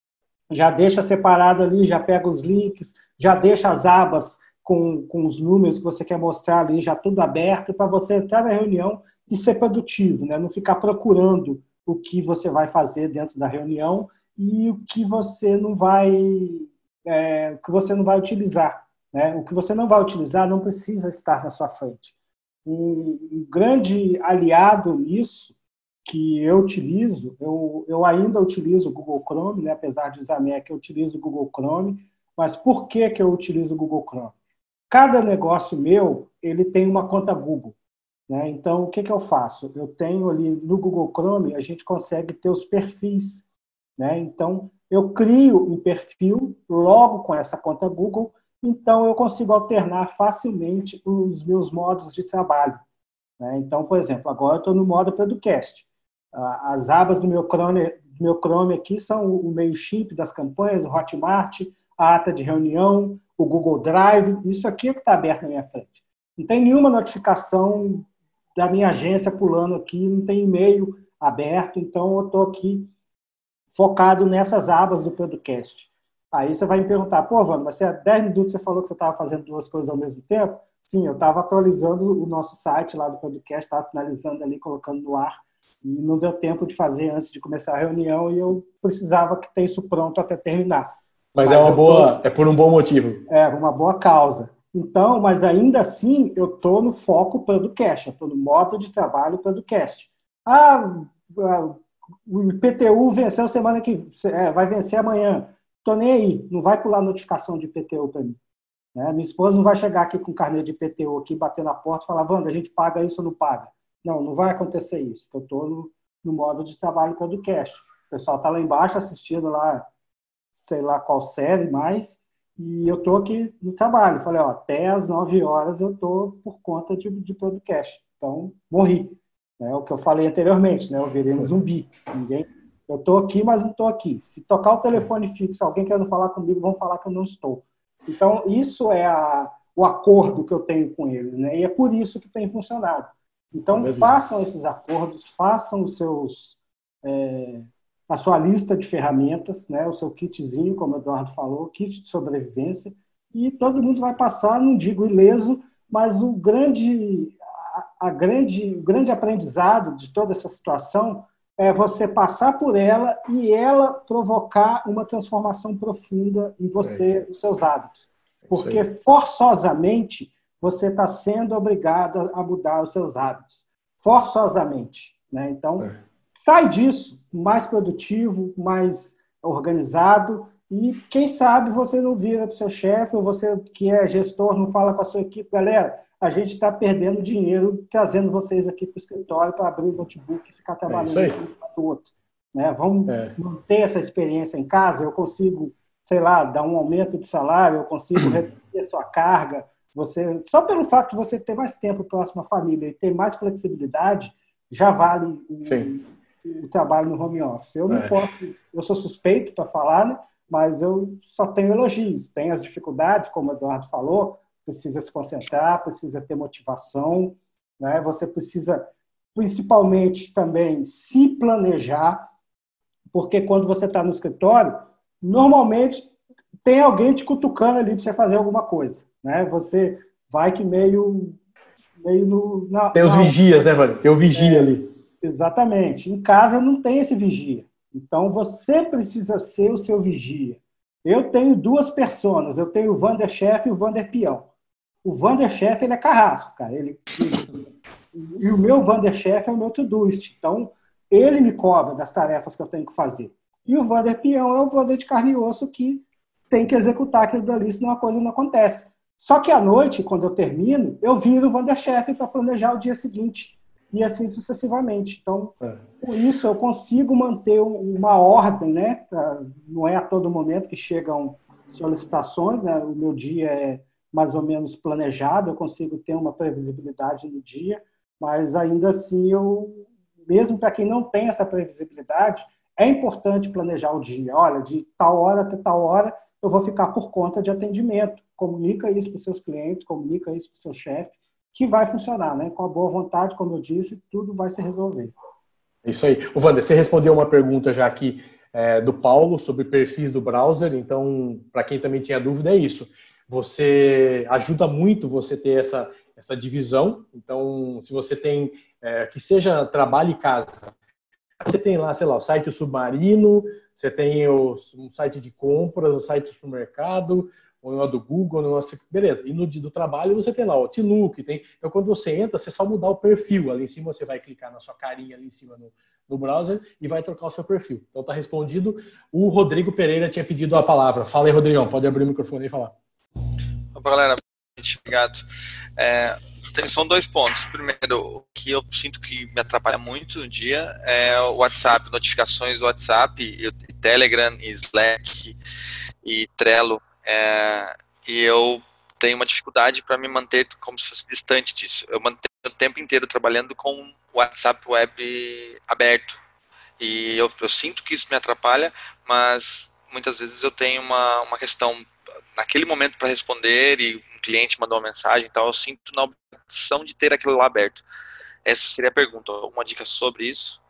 já deixa separado ali, já pega os links, já deixa as abas com, com os números que você quer mostrar ali, já tudo aberto, para você entrar na reunião e ser produtivo, né? Não ficar procurando o que você vai fazer dentro da reunião e o que você não vai, é, o que você não vai utilizar. Né? O que você não vai utilizar não precisa estar na sua frente. Um, um grande aliado nisso que eu utilizo, eu, eu ainda utilizo o Google Chrome, né? Apesar de usar Mac, eu utilizo o Google Chrome. Mas por que que eu utilizo o Google Chrome? Cada negócio meu, ele tem uma conta Google. Né? Então, o que que eu faço? Eu tenho ali no Google Chrome, a gente consegue ter os perfis. Né? Então, eu crio um perfil logo com essa conta Google, então eu consigo alternar facilmente os meus modos de trabalho. Né? Então, por exemplo, agora eu estou no modo podcast. As abas do meu Chrome, do meu Chrome aqui são o Mailchimp das campanhas, o Hotmart, a ata de reunião, o Google Drive, isso aqui é que está aberto na minha frente. Não tem nenhuma notificação da minha agência pulando aqui, não tem e-mail aberto, então eu estou aqui focado nessas abas do podcast. Aí você vai me perguntar, pô, Vando, mas há dez minutos você falou que você estava fazendo duas coisas ao mesmo tempo? Sim, eu estava atualizando o nosso site lá do podcast, estava finalizando ali, colocando no ar, e não deu tempo de fazer antes de começar a reunião, e eu precisava que ter isso pronto até terminar. Mas, mas é uma boa, tô, é por um bom motivo. É, uma boa causa. Então, mas ainda assim, eu estou no foco podcast, eu estou no modo de trabalho podcast. Ah, o I P T U venceu semana que é, vai vencer amanhã. Estou nem aí, não vai pular notificação de I P T U para mim. Né? Minha esposa não vai chegar aqui com carnê de I P T U aqui, bater na porta e falar, Wanda, a gente paga isso ou não paga? Não, não vai acontecer isso, porque eu estou no, no modo de trabalho podcast. O pessoal está lá embaixo assistindo lá, sei lá qual série mais, e eu estou aqui no trabalho. Falei, ó, até às nove horas eu estou por conta de, de podcast. Então, morri. É o que eu falei anteriormente, né? Eu virei um zumbi. Ninguém... Eu estou aqui, mas não estou aqui. Se tocar o telefone fixo, alguém querendo falar comigo, vão falar que eu não estou. Então, isso é a, o acordo que eu tenho com eles, né? E é por isso que tem funcionado. Então, é façam esses acordos, façam os seus, é, a sua lista de ferramentas, né? O seu kitzinho, como o Eduardo falou, kit de sobrevivência, e todo mundo vai passar, não digo ileso, mas o grande, a, a grande, o grande aprendizado de toda essa situação é você passar por ela e ela provocar uma transformação profunda em você, nos seus hábitos. Porque, forçosamente, você está sendo obrigado a mudar os seus hábitos. Forçosamente. Né? Então, é. sai disso, mais produtivo, mais organizado, e quem sabe você não vira para o seu chefe, ou você que é gestor, não fala com a sua equipe, galera, a gente está perdendo dinheiro trazendo vocês aqui para o escritório para abrir o notebook e ficar trabalhando é um para o outro. Né? Vamos é. manter essa experiência em casa, eu consigo, sei lá, dar um aumento de salário, eu consigo reduzir a sua carga, você, só pelo fato de você ter mais tempo próximo à família e ter mais flexibilidade, já vale o, o trabalho no home office. Eu não é. posso, eu sou suspeito para falar, né? Mas eu só tenho elogios. Tem as dificuldades, como o Eduardo falou, precisa se concentrar, precisa ter motivação, né? Você precisa, principalmente, também se planejar, porque quando você está no escritório, normalmente tem alguém te cutucando ali para você fazer alguma coisa. Né? Você vai que meio, meio no... Na, tem os na... vigias, né, mano? Tem o vigia é, ali. Exatamente. Em casa não tem esse vigia. Então, você precisa ser o seu vigia. Eu tenho duas personas. Eu tenho o Wanderchef e o Wander Peão. O Wanderchef, ele é carrasco, cara. Ele, ele, e o meu Wanderchef é o meu Todoist. Então, ele me cobra das tarefas que eu tenho que fazer. E o Wander peão é o Wander de carne e osso que tem que executar aquilo dali, senão a coisa não acontece. Só que à noite, quando eu termino, eu viro o Wander chefe para planejar o dia seguinte. E assim sucessivamente. Então, é. com isso, eu consigo manter uma ordem, né? Não é a todo momento que chegam solicitações, né? O meu dia é mais ou menos planejado, eu consigo ter uma previsibilidade no dia, mas ainda assim, eu, mesmo para quem não tem essa previsibilidade, é importante planejar o dia. Olha, de tal hora até tal hora, eu vou ficar por conta de atendimento. Comunica isso para os seus clientes, comunica isso para o seu chefe, que vai funcionar, né? Com a boa vontade, como eu disse, tudo vai se resolver. Isso aí. O Wander, você respondeu uma pergunta já aqui é, do Paulo sobre perfis do browser, então, para quem também tinha dúvida, é isso. Você ajuda muito você ter essa, essa divisão, então, se você tem, é, que seja trabalho e casa, você tem lá, sei lá, o site Submarino, você tem o, um site de compras, o site do supermercado, ou no do Google, no nosso... beleza. E no dia do trabalho você tem lá o Outlook. Tem... Então, quando você entra, você só mudar o perfil. Ali em cima você vai clicar na sua carinha ali em cima no, no browser e vai trocar o seu perfil. Então, tá respondido. O Rodrigo Pereira tinha pedido a palavra. Fala aí, Rodrigão. Pode abrir o microfone e falar. Opa, galera. Obrigado. É, tem, são dois pontos. Primeiro, o que eu sinto que me atrapalha muito no dia é o WhatsApp, notificações do WhatsApp, e Telegram, e Slack e Trello. É, e eu tenho uma dificuldade para me manter como se fosse distante disso. Eu mantenho o tempo inteiro trabalhando com o WhatsApp web aberto. E eu, eu sinto que isso me atrapalha, mas muitas vezes eu tenho uma, uma questão naquele momento para responder e um cliente mandou uma mensagem, então eu sinto na obrigação de ter aquilo lá aberto. Essa seria a pergunta. Alguma dica sobre isso?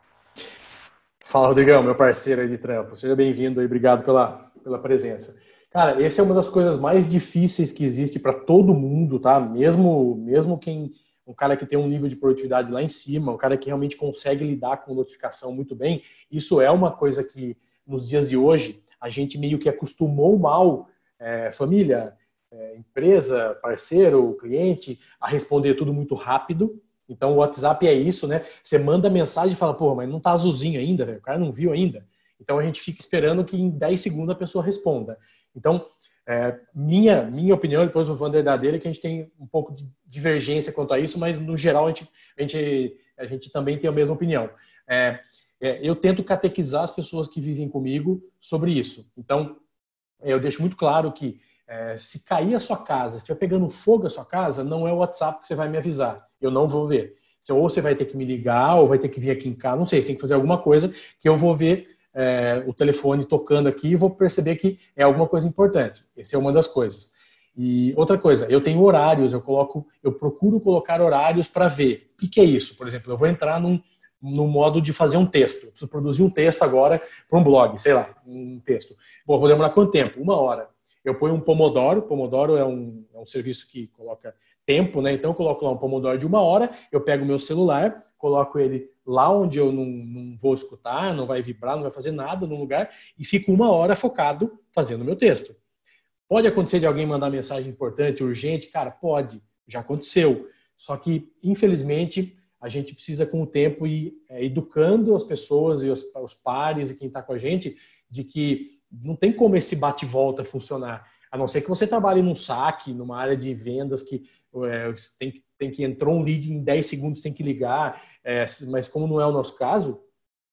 Fala, Rodrigão, meu parceiro aí de trampo. Seja bem-vindo e obrigado pela, pela presença. Cara, essa é uma das coisas mais difíceis que existe para todo mundo, tá? Mesmo, mesmo quem, um cara que tem um nível de produtividade lá em cima, um cara que realmente consegue lidar com notificação muito bem, isso é uma coisa que, nos dias de hoje, a gente meio que acostumou mal, é, família, é, empresa, parceiro, cliente, a responder tudo muito rápido. Então, o WhatsApp é isso, né? Você manda mensagem e fala, pô, mas não tá azulzinho ainda, velho, o cara não viu ainda. Então, a gente fica esperando que em dez segundos a pessoa responda. Então, é, minha, minha opinião, depois o Wander dá dele, que a gente tem um pouco de divergência quanto a isso, mas no geral a gente, a gente, a gente também tem a mesma opinião. É, é, eu tento catequizar as pessoas que vivem comigo sobre isso. Então, eu deixo muito claro que é, se cair a sua casa, se estiver pegando fogo a sua casa, não é o WhatsApp que você vai me avisar. Eu não vou ver. Ou você vai ter que me ligar, ou vai ter que vir aqui em casa, não sei, você tem que fazer alguma coisa que eu vou ver É, o telefone tocando aqui e vou perceber que é alguma coisa importante. Essa é uma das coisas. E outra coisa, eu tenho horários, eu coloco, eu procuro colocar horários para ver. O que, que é isso? Por exemplo, eu vou entrar num, num modo de fazer um texto. Eu preciso produzir um texto agora para um blog, sei lá, um texto. Bom, vou demorar quanto tempo? Uma hora. Eu ponho um Pomodoro. Pomodoro é um, é um serviço que coloca tempo, né? Então eu coloco lá um Pomodoro de uma hora, eu pego o meu celular, coloco ele lá onde eu não, não vou escutar, não vai vibrar, não vai fazer nada no lugar, e fico uma hora focado fazendo o meu texto. Pode acontecer de alguém mandar mensagem importante, urgente? Cara, pode, já aconteceu. Só que, infelizmente, a gente precisa, com o tempo, ir é, educando as pessoas e os, os pares e quem está com a gente, de que não tem como esse bate-volta funcionar. A não ser que você trabalhe num saque, numa área de vendas que é, tem que tem que entrou um lead em dez segundos, tem que ligar, é, mas como não é o nosso caso,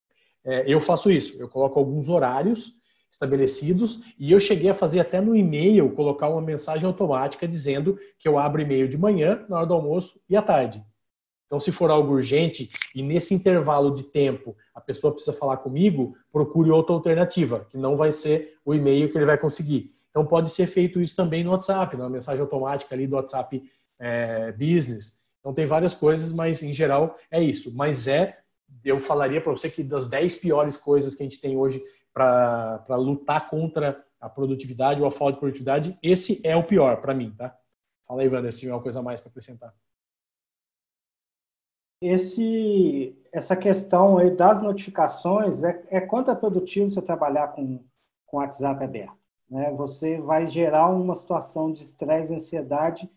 é, eu faço isso. Eu coloco alguns horários estabelecidos e eu cheguei a fazer até no e-mail, colocar uma mensagem automática dizendo que eu abro e-mail de manhã, na hora do almoço e à tarde. Então, se for algo urgente e nesse intervalo de tempo a pessoa precisa falar comigo, procure outra alternativa, que não vai ser o e-mail que ele vai conseguir. Então, pode ser feito isso também no WhatsApp, na mensagem automática ali do WhatsApp É, business. Então tem várias coisas, mas em geral é isso. Mas é, eu falaria para você que das dez piores coisas que a gente tem hoje para lutar contra a produtividade ou a falta de produtividade, esse é o pior para mim, tá? Fala aí, Wander, se tiver uma coisa a mais para acrescentar. Esse, essa questão aí das notificações é, é contraprodutivo você trabalhar com com o WhatsApp aberto, né? Você vai gerar uma situação de estresse e ansiedade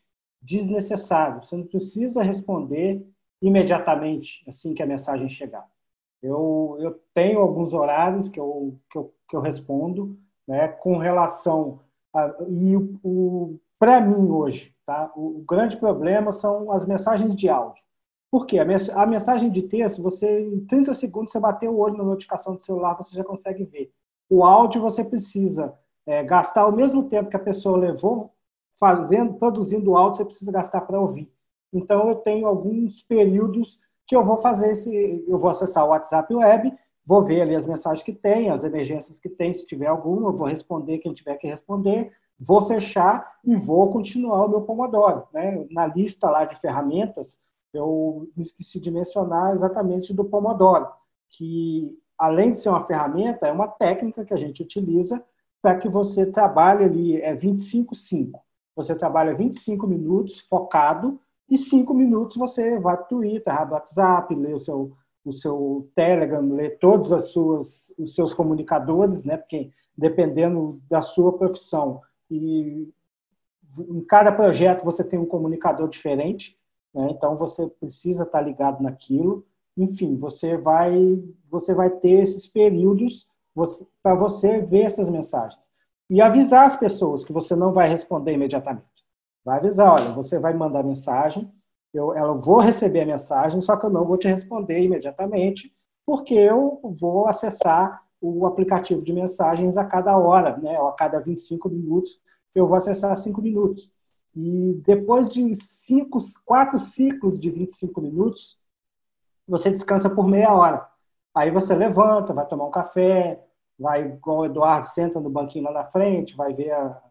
desnecessário. Você não precisa responder imediatamente assim que a mensagem chegar. Eu, eu tenho alguns horários que eu, que eu, que eu respondo, né, com relação a... E o, o, para mim hoje, tá, o, o grande problema são as mensagens de áudio. Por quê? A, mens a mensagem de texto, você, em trinta segundos, você bater o olho na notificação do celular, você já consegue ver. O áudio, você precisa é, gastar o mesmo tempo que a pessoa levou fazendo, produzindo o áudio, você precisa gastar para ouvir. Então, eu tenho alguns períodos que eu vou fazer esse, eu vou acessar o WhatsApp Web, vou ver ali as mensagens que tem, as emergências que tem, se tiver alguma, eu vou responder quem tiver que responder, vou fechar e vou continuar o meu Pomodoro, né? Na lista lá de ferramentas, eu me esqueci de mencionar exatamente do Pomodoro, que além de ser uma ferramenta, é uma técnica que a gente utiliza para que você trabalhe ali, é vinte e cinco cinco. Você trabalha vinte e cinco minutos focado, e cinco minutos você vai para o Twitter, abre o WhatsApp, lê o seu, o seu Telegram, lê todos as suas, os seus comunicadores, né? Porque dependendo da sua profissão, e em cada projeto você tem um comunicador diferente, né? Então você precisa estar ligado naquilo. Enfim, você vai, você vai ter esses períodos para você ver essas mensagens. E avisar as pessoas que você não vai responder imediatamente. Vai avisar, olha, você vai mandar mensagem, eu, eu vou receber a mensagem, só que eu não vou te responder imediatamente, porque eu vou acessar o aplicativo de mensagens a cada hora, né, ou a cada vinte e cinco minutos, eu vou acessar cinco minutos. E depois de cinco, quatro ciclos de vinte e cinco minutos, você descansa por meia hora. Aí você levanta, vai tomar um café, vai, igual o Eduardo, senta no banquinho lá na frente, vai ver a,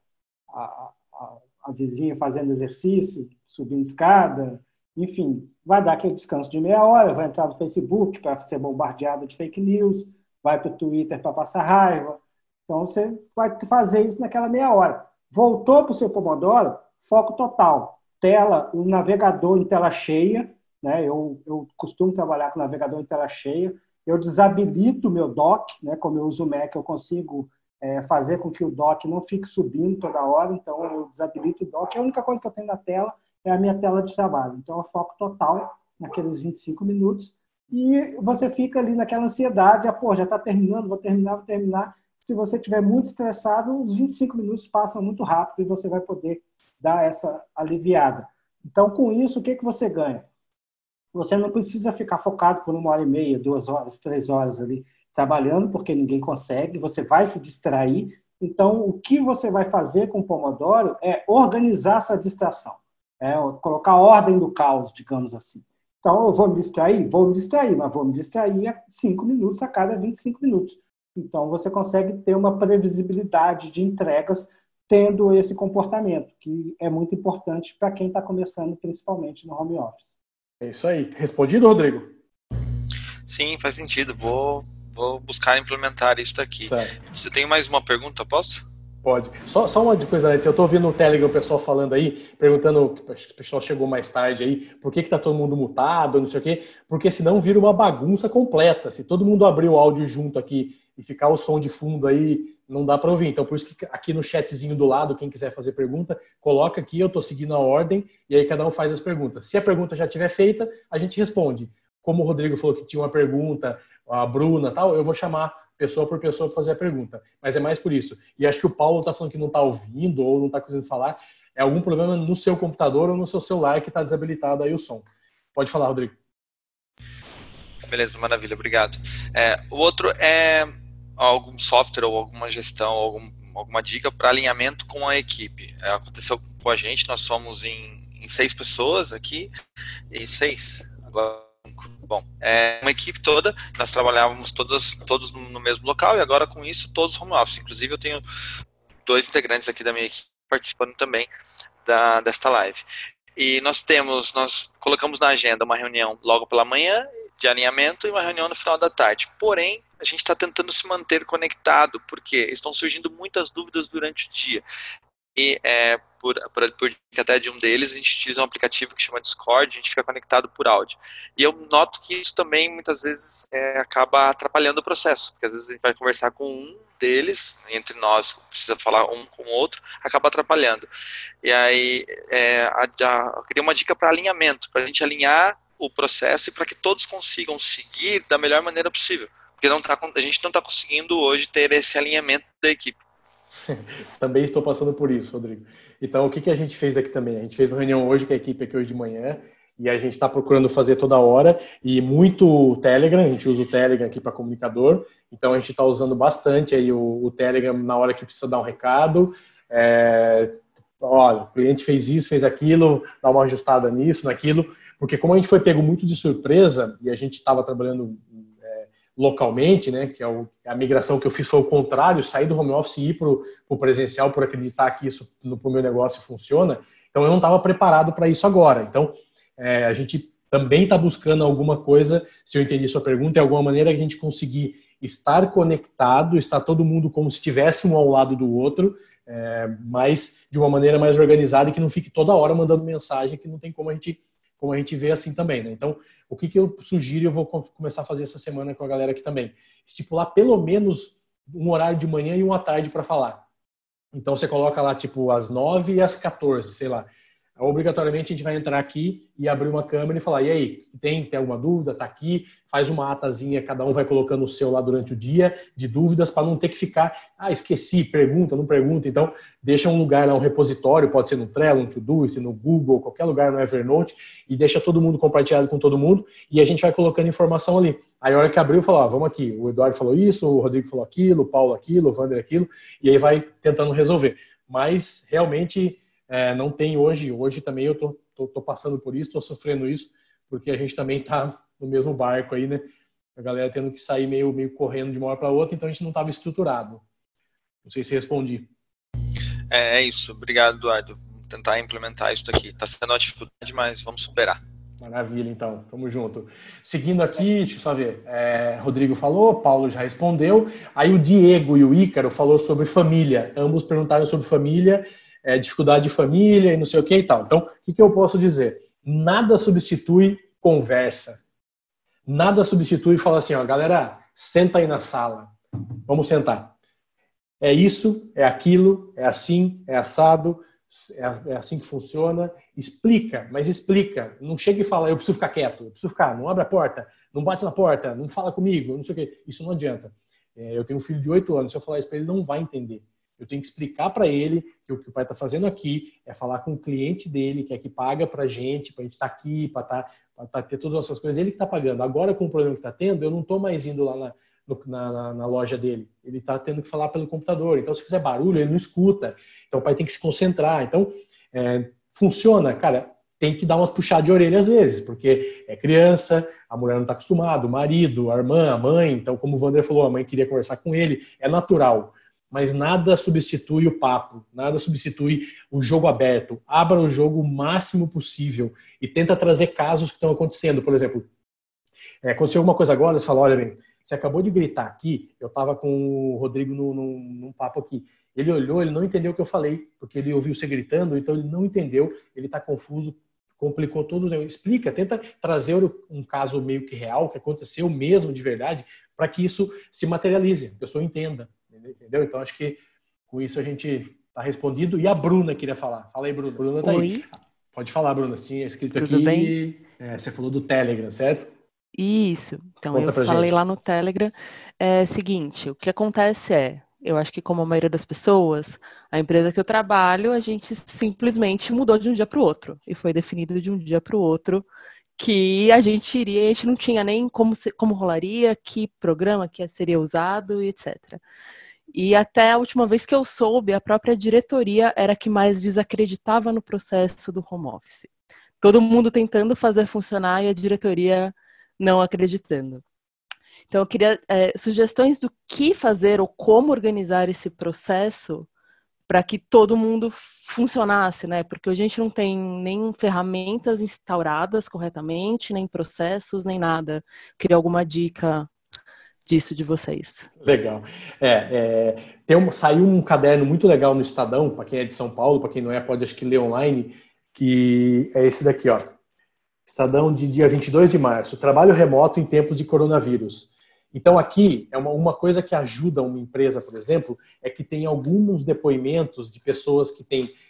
a, a a vizinha fazendo exercício, subindo escada, enfim, vai dar aquele descanso de meia hora, vai entrar no Facebook para ser bombardeado de fake news, vai para o Twitter para passar raiva. Então, você vai fazer isso naquela meia hora. Voltou para o seu Pomodoro, foco total. Tela, o navegador em tela cheia, né? eu, eu costumo trabalhar com o navegador em tela cheia, eu desabilito o meu dock, né? Como eu uso o Mac, eu consigo É, fazer com que o dock não fique subindo toda hora, então eu desabilito o dock. A única coisa que eu tenho na tela é a minha tela de trabalho. Então eu foco total naqueles vinte e cinco minutos e você fica ali naquela ansiedade, ah, pô, já está terminando, vou terminar, vou terminar. Se você estiver muito estressado, os vinte e cinco minutos passam muito rápido e você vai poder dar essa aliviada. Então, com isso, o que, que você ganha? Você não precisa ficar focado por uma hora e meia, duas horas, três horas ali, trabalhando, porque ninguém consegue, você vai se distrair. Então, o que você vai fazer com o Pomodoro é organizar sua distração, é colocar ordem do caos, digamos assim. Então, eu vou me distrair? Vou me distrair, mas vou me distrair a cinco minutos a cada vinte e cinco minutos. Então, você consegue ter uma previsibilidade de entregas tendo esse comportamento, que é muito importante para quem está começando, principalmente no home office. É isso aí. Respondido, Rodrigo? Sim, faz sentido. Vou... Vou buscar implementar isso daqui. Tá. Você tem mais uma pergunta, posso? Pode. Só, só uma coisa antes. Eu estou ouvindo no Telegram o pessoal falando aí, perguntando, o pessoal chegou mais tarde aí, por que que tá todo mundo mutado, não sei o quê, porque senão vira uma bagunça completa. Se todo mundo abrir o áudio junto aqui e ficar o som de fundo aí, não dá para ouvir. Então, por isso que aqui no chatzinho do lado, quem quiser fazer pergunta, coloca aqui, eu estou seguindo a ordem, e aí cada um faz as perguntas. Se a pergunta já estiver feita, a gente responde. Como o Rodrigo falou que tinha uma pergunta, a Bruna tal, eu vou chamar pessoa por pessoa para fazer a pergunta. Mas é mais por isso. E acho que o Paulo está falando que não está ouvindo ou não está conseguindo falar. É algum problema no seu computador ou no seu celular que está desabilitado aí o som. Pode falar, Rodrigo. Beleza, maravilha, obrigado. É, o outro é algum software ou alguma gestão, algum, alguma dica para alinhamento com a equipe. É, aconteceu com a gente, nós somos em, em seis pessoas aqui, e seis, agora bom, é uma equipe toda, nós trabalhávamos todos, todos no mesmo local e agora com isso todos home office. Inclusive eu tenho dois integrantes aqui da minha equipe participando também da, desta live. E nós temos, nós colocamos na agenda uma reunião logo pela manhã de alinhamento e uma reunião no final da tarde. Porém, a gente está tentando se manter conectado, porque estão surgindo muitas dúvidas durante o dia. E é, por, por, por até de um deles, a gente utiliza um aplicativo que chama Discord, a gente fica conectado por áudio. E eu noto que isso também, muitas vezes, é, acaba atrapalhando o processo, porque às vezes a gente vai conversar com um deles, entre nós, precisa falar um com o outro, acaba atrapalhando. E aí, é, a, a, eu queria uma dica para alinhamento, para a gente alinhar o processo e para que todos consigam seguir da melhor maneira possível. Porque não tá, a gente não está conseguindo hoje ter esse alinhamento da equipe. Também estou passando por isso, Rodrigo. Então, o que, que a gente fez aqui também? A gente fez uma reunião hoje com a equipe aqui hoje de manhã e a gente está procurando fazer toda hora e muito Telegram, a gente usa o Telegram aqui para comunicador, então a gente está usando bastante aí o, o Telegram na hora que precisa dar um recado. É, olha, o cliente fez isso, fez aquilo, dá uma ajustada nisso, naquilo, porque como a gente foi pego muito de surpresa e a gente estava trabalhando localmente, né, que é o, a migração que eu fiz foi o contrário, sair do home office e ir para o presencial por acreditar que isso no meu negócio funciona. Então eu não estava preparado para isso agora. Então é, a gente também está buscando alguma coisa, se eu entendi sua pergunta, é alguma maneira que a gente conseguir estar conectado, estar todo mundo como se estivesse um ao lado do outro, é, mas de uma maneira mais organizada e que não fique toda hora mandando mensagem, que não tem como a gente, como a gente vê assim também, né? Então o que, que eu sugiro e eu vou começar a fazer essa semana com a galera aqui também? Estipular pelo menos um horário de manhã e um à tarde para falar. Então você coloca lá tipo às nove e às quatorze, sei lá. Obrigatoriamente a gente vai entrar aqui e abrir uma câmera e falar, e aí, tem, tem alguma dúvida? Tá aqui, faz uma atazinha, cada um vai colocando o seu lá durante o dia de dúvidas para não ter que ficar, ah, esqueci, pergunta, não pergunta. Então deixa um lugar lá, um repositório, pode ser no Trello, no Todoist, no Google, qualquer lugar no Evernote, e deixa todo mundo compartilhado com todo mundo e a gente vai colocando informação ali. Aí a hora que abriu, falou, ah, vamos aqui, o Eduardo falou isso, o Rodrigo falou aquilo, o Paulo aquilo, o Wander aquilo, e aí vai tentando resolver. Mas realmente é, não tem hoje, hoje também eu tô, tô, tô passando por isso, tô sofrendo isso, porque a gente também tá no mesmo barco aí, né? A galera tendo que sair meio, meio correndo de uma hora para outra, então a gente não estava estruturado. Não sei se respondi. É, é isso, obrigado, Eduardo. Vou tentar implementar isso aqui. Tá sendo uma dificuldade, mas vamos superar. Maravilha, então. Tamo junto. Seguindo aqui, deixa eu só ver. É, Rodrigo falou, Paulo já respondeu. Aí o Diego e o Ícaro falou sobre família. Ambos perguntaram sobre família, é, dificuldade de família e não sei o que e tal. Então, o que, que eu posso dizer? Nada substitui conversa. Nada substitui e fala assim, ó, galera, senta aí na sala. Vamos sentar. É isso, é aquilo, é assim, é assado, é assim que funciona. Explica, mas explica. Não chega e fala, eu preciso ficar quieto, eu preciso ficar, não abre a porta, não bate na porta, não fala comigo, não sei o quê. Isso não adianta. É, eu tenho um filho de oito anos, se eu falar isso para ele, ele não vai entender. Eu tenho que explicar para ele que o que o pai está fazendo aqui é falar com o cliente dele, que é que paga para a gente, para a gente estar tá aqui, para tá, tá, ter todas essas coisas. Ele que está pagando. Agora, com o problema que está tendo, eu não estou mais indo lá na, na, na, na loja dele. Ele está tendo que falar pelo computador. Então, se fizer barulho, ele não escuta. Então, o pai tem que se concentrar. Então, é, funciona. Cara, tem que dar umas puxadas de orelha às vezes, porque é criança, a mulher não está acostumada, o marido, a irmã, a mãe. Então, como o Wander falou, a mãe queria conversar com ele. É natural. Mas nada substitui o papo, nada substitui o jogo aberto. Abra o jogo o máximo possível e tenta trazer casos que estão acontecendo. Por exemplo, é, aconteceu alguma coisa agora, você fala, olha, bem, você acabou de gritar aqui, eu estava com o Rodrigo num, num, num papo aqui. Ele olhou, ele não entendeu o que eu falei, porque ele ouviu você gritando, então ele não entendeu, ele está confuso, complicou tudo. Explica, tenta trazer um caso meio que real, que aconteceu mesmo de verdade, para que isso se materialize, a pessoa entenda. Entendeu? Então, acho que com isso a gente está respondido. E a Bruna queria falar. Fala aí, Bruna. Bruna tá Oi. aí. Pode falar, Bruna. Você tinha escrito Tudo aqui. bem? É, você falou do Telegram, certo? Isso. Então, Conta eu pra falei gente. lá no Telegram. É o seguinte, o que acontece é, eu acho que como a maioria das pessoas, a empresa que eu trabalho, a gente simplesmente mudou de um dia para o outro. E foi definido de um dia para o outro que a gente iria, a gente não tinha nem como, como rolaria, que programa que seria usado, e etcétera. E até a última vez que eu soube, a própria diretoria era que mais desacreditava no processo do home office. Todo mundo tentando fazer funcionar e a diretoria não acreditando. Então, eu queria é, sugestões do que fazer ou como organizar esse processo para que todo mundo funcionasse, né? Porque a gente não tem nem ferramentas instauradas corretamente, nem processos, nem nada. Eu queria alguma dica disso de vocês. Legal. É, é, tem um, saiu um caderno muito legal no Estadão, para quem é de São Paulo, para quem não é, pode acho que ler online, que é esse daqui, ó. Estadão de dia vinte e dois de março, trabalho remoto em tempos de coronavírus. Então aqui, é uma, uma coisa que ajuda uma empresa, por exemplo, é que tem alguns depoimentos de pessoas que têm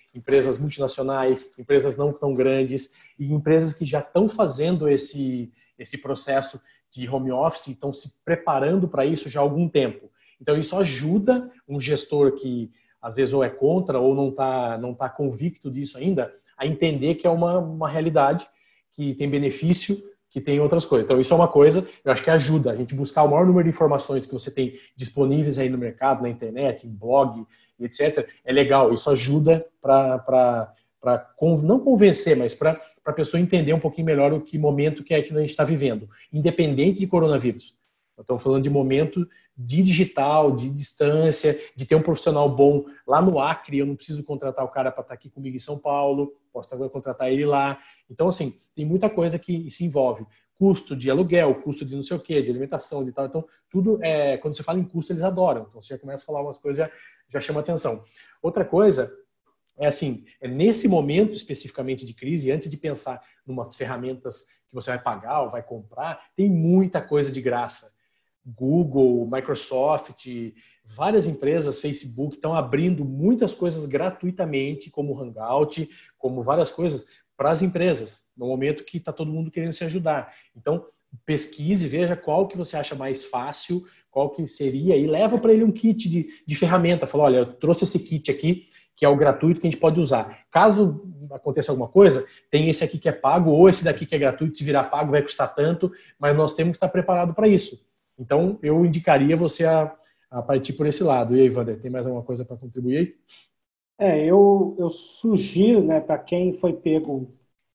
empresas multinacionais, empresas não tão grandes e empresas que já estão fazendo esse, esse processo de home office, estão se preparando para isso já há algum tempo. Então, isso ajuda um gestor que, às vezes, ou é contra ou não está não tá convicto disso ainda, a entender que é uma, uma realidade, que tem benefício, que tem outras coisas. Então, isso é uma coisa, eu acho que ajuda a gente buscar o maior número de informações que você tem disponíveis aí no mercado, na internet, em blog, etcétera. É legal, isso ajuda para não convencer, mas para a pessoa entender um pouquinho melhor o que momento que é que a gente está vivendo, independente de coronavírus. Estamos falando de momento de digital, de distância, de ter um profissional bom lá no Acre. Eu não preciso contratar o cara para estar aqui comigo em São Paulo, posso agora contratar ele lá. Então, assim, tem muita coisa que se envolve. Custo de aluguel, custo de não sei o quê, de alimentação, de tal. Então, tudo, é, quando você fala em custo, eles adoram. Então, você já começa a falar umas coisas, já, já chama atenção. Outra coisa é assim, é nesse momento especificamente de crise, antes de pensar em umas ferramentas que você vai pagar ou vai comprar, tem muita coisa de graça. Google, Microsoft, várias empresas, Facebook, estão abrindo muitas coisas gratuitamente, como o Hangout, como várias coisas, para as empresas, no momento que está todo mundo querendo se ajudar. Então, pesquise, veja qual que você acha mais fácil, qual que seria, e leva para ele um kit de, de ferramenta. Fala, olha, eu trouxe esse kit aqui, que é o gratuito que a gente pode usar. Caso aconteça alguma coisa, tem esse aqui que é pago, ou esse daqui que é gratuito, se virar pago vai custar tanto, mas nós temos que estar preparado para isso. Então, eu indicaria você a, a partir por esse lado. E aí, Wander, tem mais alguma coisa para contribuir aí? É, eu, eu sugiro, né, para quem foi pego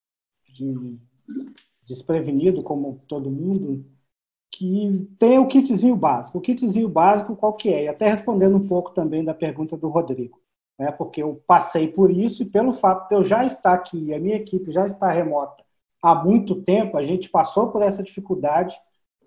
de, desprevenido, como todo mundo, que tenha o kitzinho básico. O kitzinho básico qual que é? E até respondendo um pouco também da pergunta do Rodrigo, né, porque eu passei por isso e pelo fato de eu já estar aqui, a minha equipe já está remota há muito tempo, a gente passou por essa dificuldade.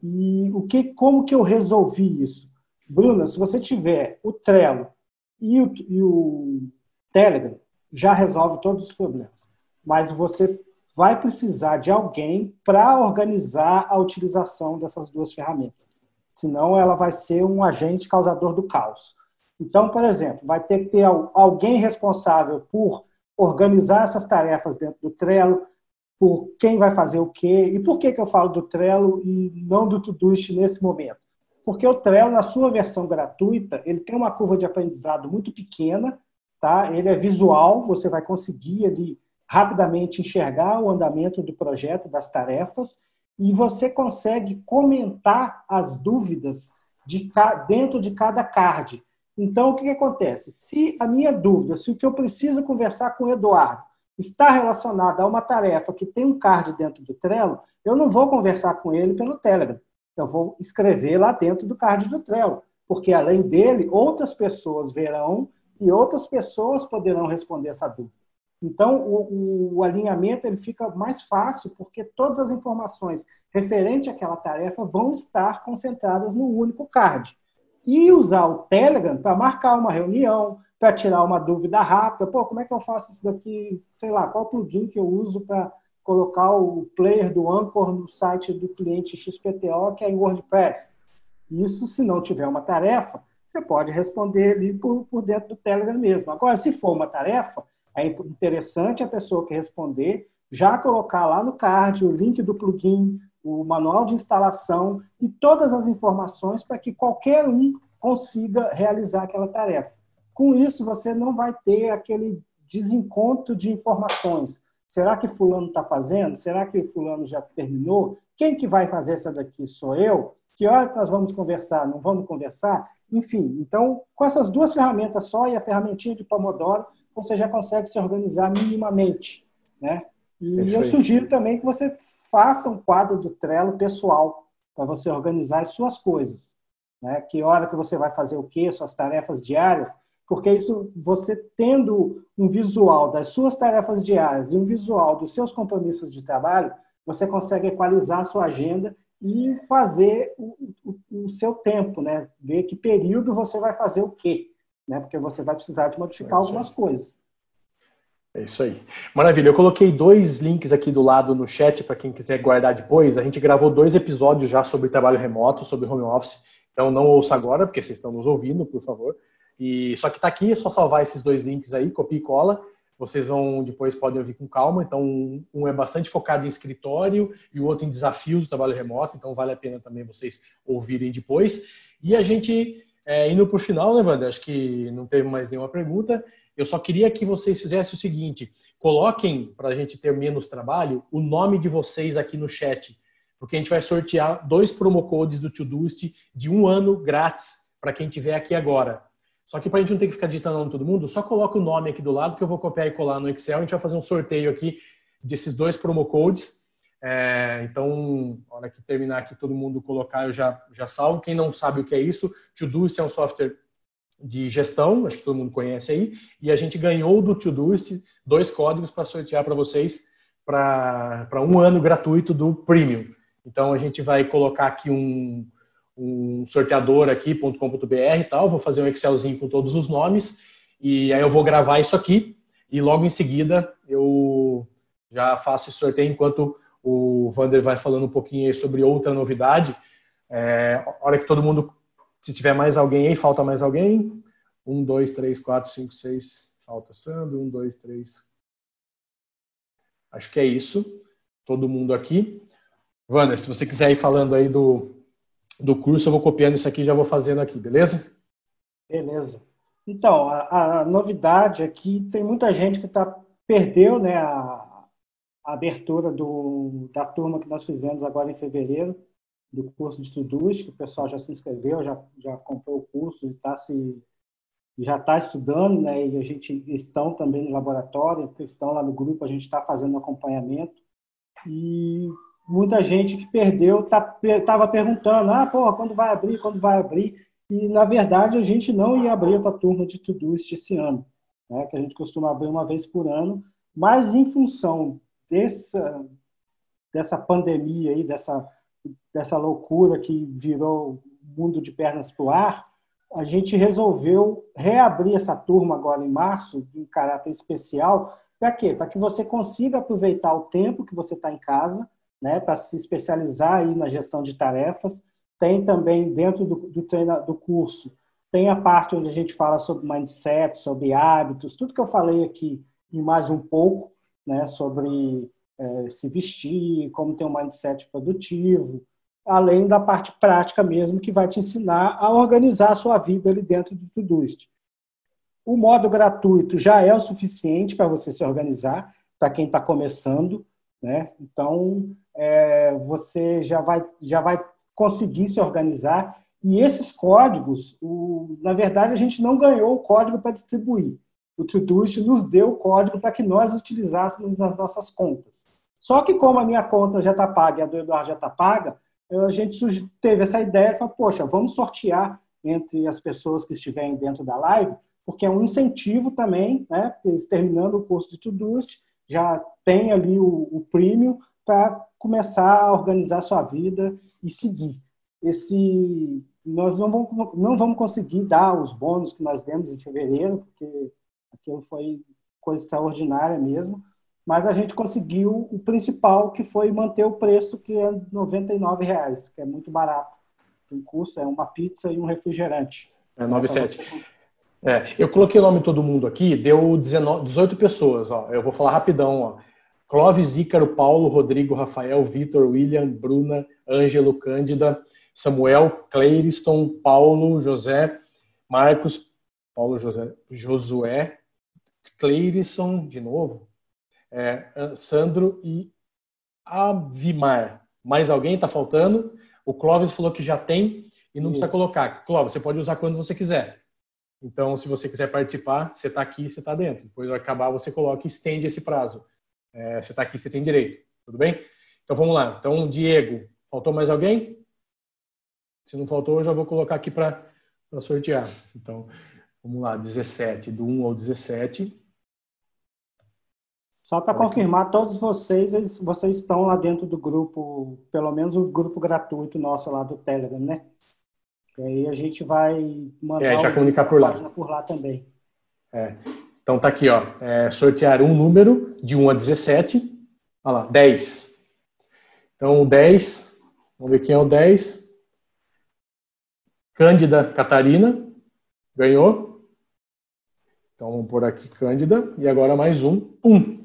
E o que, como que eu resolvi isso? Bruna, se você tiver o Trello e o, e o Telegram, já resolve todos os problemas. Mas você vai precisar de alguém para organizar a utilização dessas duas ferramentas. Senão ela vai ser um agente causador do caos. Então, por exemplo, vai ter que ter alguém responsável por organizar essas tarefas dentro do Trello, por quem vai fazer o quê. E por que que eu falo do Trello e não do Todoist nesse momento? Porque o Trello, na sua versão gratuita, ele tem uma curva de aprendizado muito pequena, tá? Ele é visual, você vai conseguir ali rapidamente enxergar o andamento do projeto, das tarefas, e você consegue comentar as dúvidas de ca... dentro de cada card. Então, o que que acontece? Se a minha dúvida, se o que eu preciso conversar com o Eduardo está relacionado a uma tarefa que tem um card dentro do Trello, eu não vou conversar com ele pelo Telegram. Eu vou escrever lá dentro do card do Trello, porque além dele, outras pessoas verão e outras pessoas poderão responder essa dúvida. Então, o, o alinhamento ele fica mais fácil, porque todas as informações referentes àquela tarefa vão estar concentradas no único card. E usar o Telegram para marcar uma reunião, para tirar uma dúvida rápida. Pô, como é que eu faço isso daqui? Sei lá, qual plugin que eu uso para colocar o player do Anchor no site do cliente X P T O, que é em WordPress? Isso, se não tiver uma tarefa, você pode responder ali por, por dentro do Telegram mesmo. Agora, se for uma tarefa, é interessante a pessoa que responder já colocar lá no card o link do plugin, o manual de instalação e todas as informações para que qualquer um consiga realizar aquela tarefa. Com isso, você não vai ter aquele desencontro de informações. Será que fulano está fazendo? Será que fulano já terminou? Quem que vai fazer essa daqui? Sou eu? Que hora que nós vamos conversar? Não vamos conversar? Enfim, então, com essas duas ferramentas só e a ferramentinha de Pomodoro, você já consegue se organizar minimamente, né? E é eu sugiro também que você faça um quadro do Trello pessoal para você organizar as suas coisas, né? Que hora que você vai fazer o quê? Suas tarefas diárias. Porque isso, você tendo um visual das suas tarefas diárias e um visual dos seus compromissos de trabalho, você consegue equalizar a sua agenda e fazer o, o, o seu tempo, né? Ver que período você vai fazer o quê, né? Porque você vai precisar de modificar é algumas coisas. É isso aí. Maravilha. Eu coloquei dois links aqui do lado no chat para quem quiser guardar depois. A gente gravou dois episódios já sobre trabalho remoto, sobre home office. Então não ouça agora, porque vocês estão nos ouvindo, por favor. E, só que está aqui, é só salvar esses dois links aí, copia e cola. vocês vão depois podem ouvir com calma. Então, um, um é bastante focado em escritório e o outro em desafios do trabalho remoto. Então, vale a pena também vocês ouvirem depois. E a gente, é, indo para o final, né, Wander? Acho que não teve mais nenhuma pergunta. Eu só queria que vocês fizessem o seguinte, coloquem, para a gente ter menos trabalho, o nome de vocês aqui no chat, porque a gente vai sortear dois promo codes do Todoist de um ano grátis para quem estiver aqui agora. Só que para a gente não ter que ficar digitando o nome de todo mundo, só coloca o nome aqui do lado que eu vou copiar e colar no Excel. A gente vai fazer um sorteio aqui desses dois promo codes. É, então, na hora que terminar aqui, todo mundo colocar, eu já, já salvo. Quem não sabe o que é isso, Todoist é um software de gestão, acho que todo mundo conhece aí, e a gente ganhou do Todoist dois códigos para sortear para vocês para um ano gratuito do Premium. Então, a gente vai colocar aqui um, um sorteador aqui, .com.br e tal, vou fazer um Excelzinho com todos os nomes, e aí eu vou gravar isso aqui, e logo em seguida eu já faço esse sorteio enquanto o Wander vai falando um pouquinho aí sobre outra novidade. É, a hora que todo mundo, se tiver mais alguém aí, falta mais alguém? Um, dois, três, quatro, cinco, seis, falta Sandro, um, dois, três. Acho que é isso, todo mundo aqui. Wander, se você quiser ir falando aí do, do curso, eu vou copiando isso aqui e já vou fazendo aqui, beleza? Beleza. Então, a, a novidade aqui, tem muita gente que tá, perdeu, né, a, a abertura do, da turma que nós fizemos agora em fevereiro, do curso de Todoist, que o pessoal já se inscreveu, já, já comprou o curso e tá se, já está estudando, né, e a gente estão também no laboratório, estão lá no grupo, a gente está fazendo um acompanhamento. E muita gente que perdeu estava perguntando, ah, porra, quando vai abrir, quando vai abrir? E, na verdade, a gente não ia abrir outra turma de Todoist esse ano, né, que a gente costuma abrir uma vez por ano, mas em função dessa, dessa pandemia, aí, dessa, dessa loucura que virou o mundo de pernas para o ar, a gente resolveu reabrir essa turma agora em março, em caráter especial. Para quê? Para que você consiga aproveitar o tempo que você está em casa, né, para se especializar aí na gestão de tarefas. Tem também, dentro do, do, treino, do curso, tem a parte onde a gente fala sobre mindset, sobre hábitos, tudo que eu falei aqui e mais um pouco, né, sobre é, se vestir, como ter um mindset produtivo, além da parte prática mesmo, que vai te ensinar a organizar a sua vida ali dentro do Todoist. O modo gratuito já é o suficiente para você se organizar, para quem está começando, né? Então, é, você já vai, já vai conseguir se organizar. E esses códigos, o, na verdade, a gente não ganhou o código para distribuir. O Todoist nos deu o código para que nós utilizássemos nas nossas contas. Só que como a minha conta já está paga e a do Eduardo já está paga, a gente teve essa ideia de falar, poxa, vamos sortear entre as pessoas que estiverem dentro da live, porque é um incentivo também, né? Eles terminando o curso de Todoist, já tem ali o, o Premium para começar a organizar a sua vida e seguir. Esse, nós não vamos, não vamos conseguir dar os bônus que nós demos em fevereiro, porque aquilo foi coisa extraordinária mesmo, mas a gente conseguiu o principal, que foi manter o preço, que é noventa e nove reais, que é muito barato. O curso é uma pizza e um refrigerante. É noventa e sete. É, eu coloquei o nome de todo mundo aqui, deu dezenove, dezoito pessoas. Ó. Eu vou falar rapidão. Ó. Clóvis, Ícaro, Paulo, Rodrigo, Rafael, Vitor, William, Bruna, Ângelo, Cândida, Samuel, Cleiriston, Paulo, José, Marcos, Paulo, José, Josué, Cleiriston, de novo, é, Sandro e Avimar. Mais alguém está faltando? O Clóvis falou que já tem e não Isso. precisa colocar. Clóvis, você pode usar quando você quiser. Então, se você quiser participar, você está aqui, você está dentro. Depois vai acabar, você coloca e estende esse prazo. É, você está aqui, você tem direito. Tudo bem? Então, vamos lá. Então, Diego, faltou mais alguém? Se não faltou, eu já vou colocar aqui para sortear. Então, vamos lá. dezessete, do um ao dezessete. Só para confirmar, todos vocês, vocês estão lá dentro do grupo, pelo menos o grupo gratuito nosso lá do Telegram, né? E aí a gente vai mandar é, a gente vai comunicar por lá. página por lá também. É. Então tá aqui, ó. É, sortear um número de um a dezessete. Olha lá, dez. Então o dez, vamos ver quem é o dez. Cândida Catarina, ganhou. Então, vamos pôr aqui Cândida, e agora mais um, um.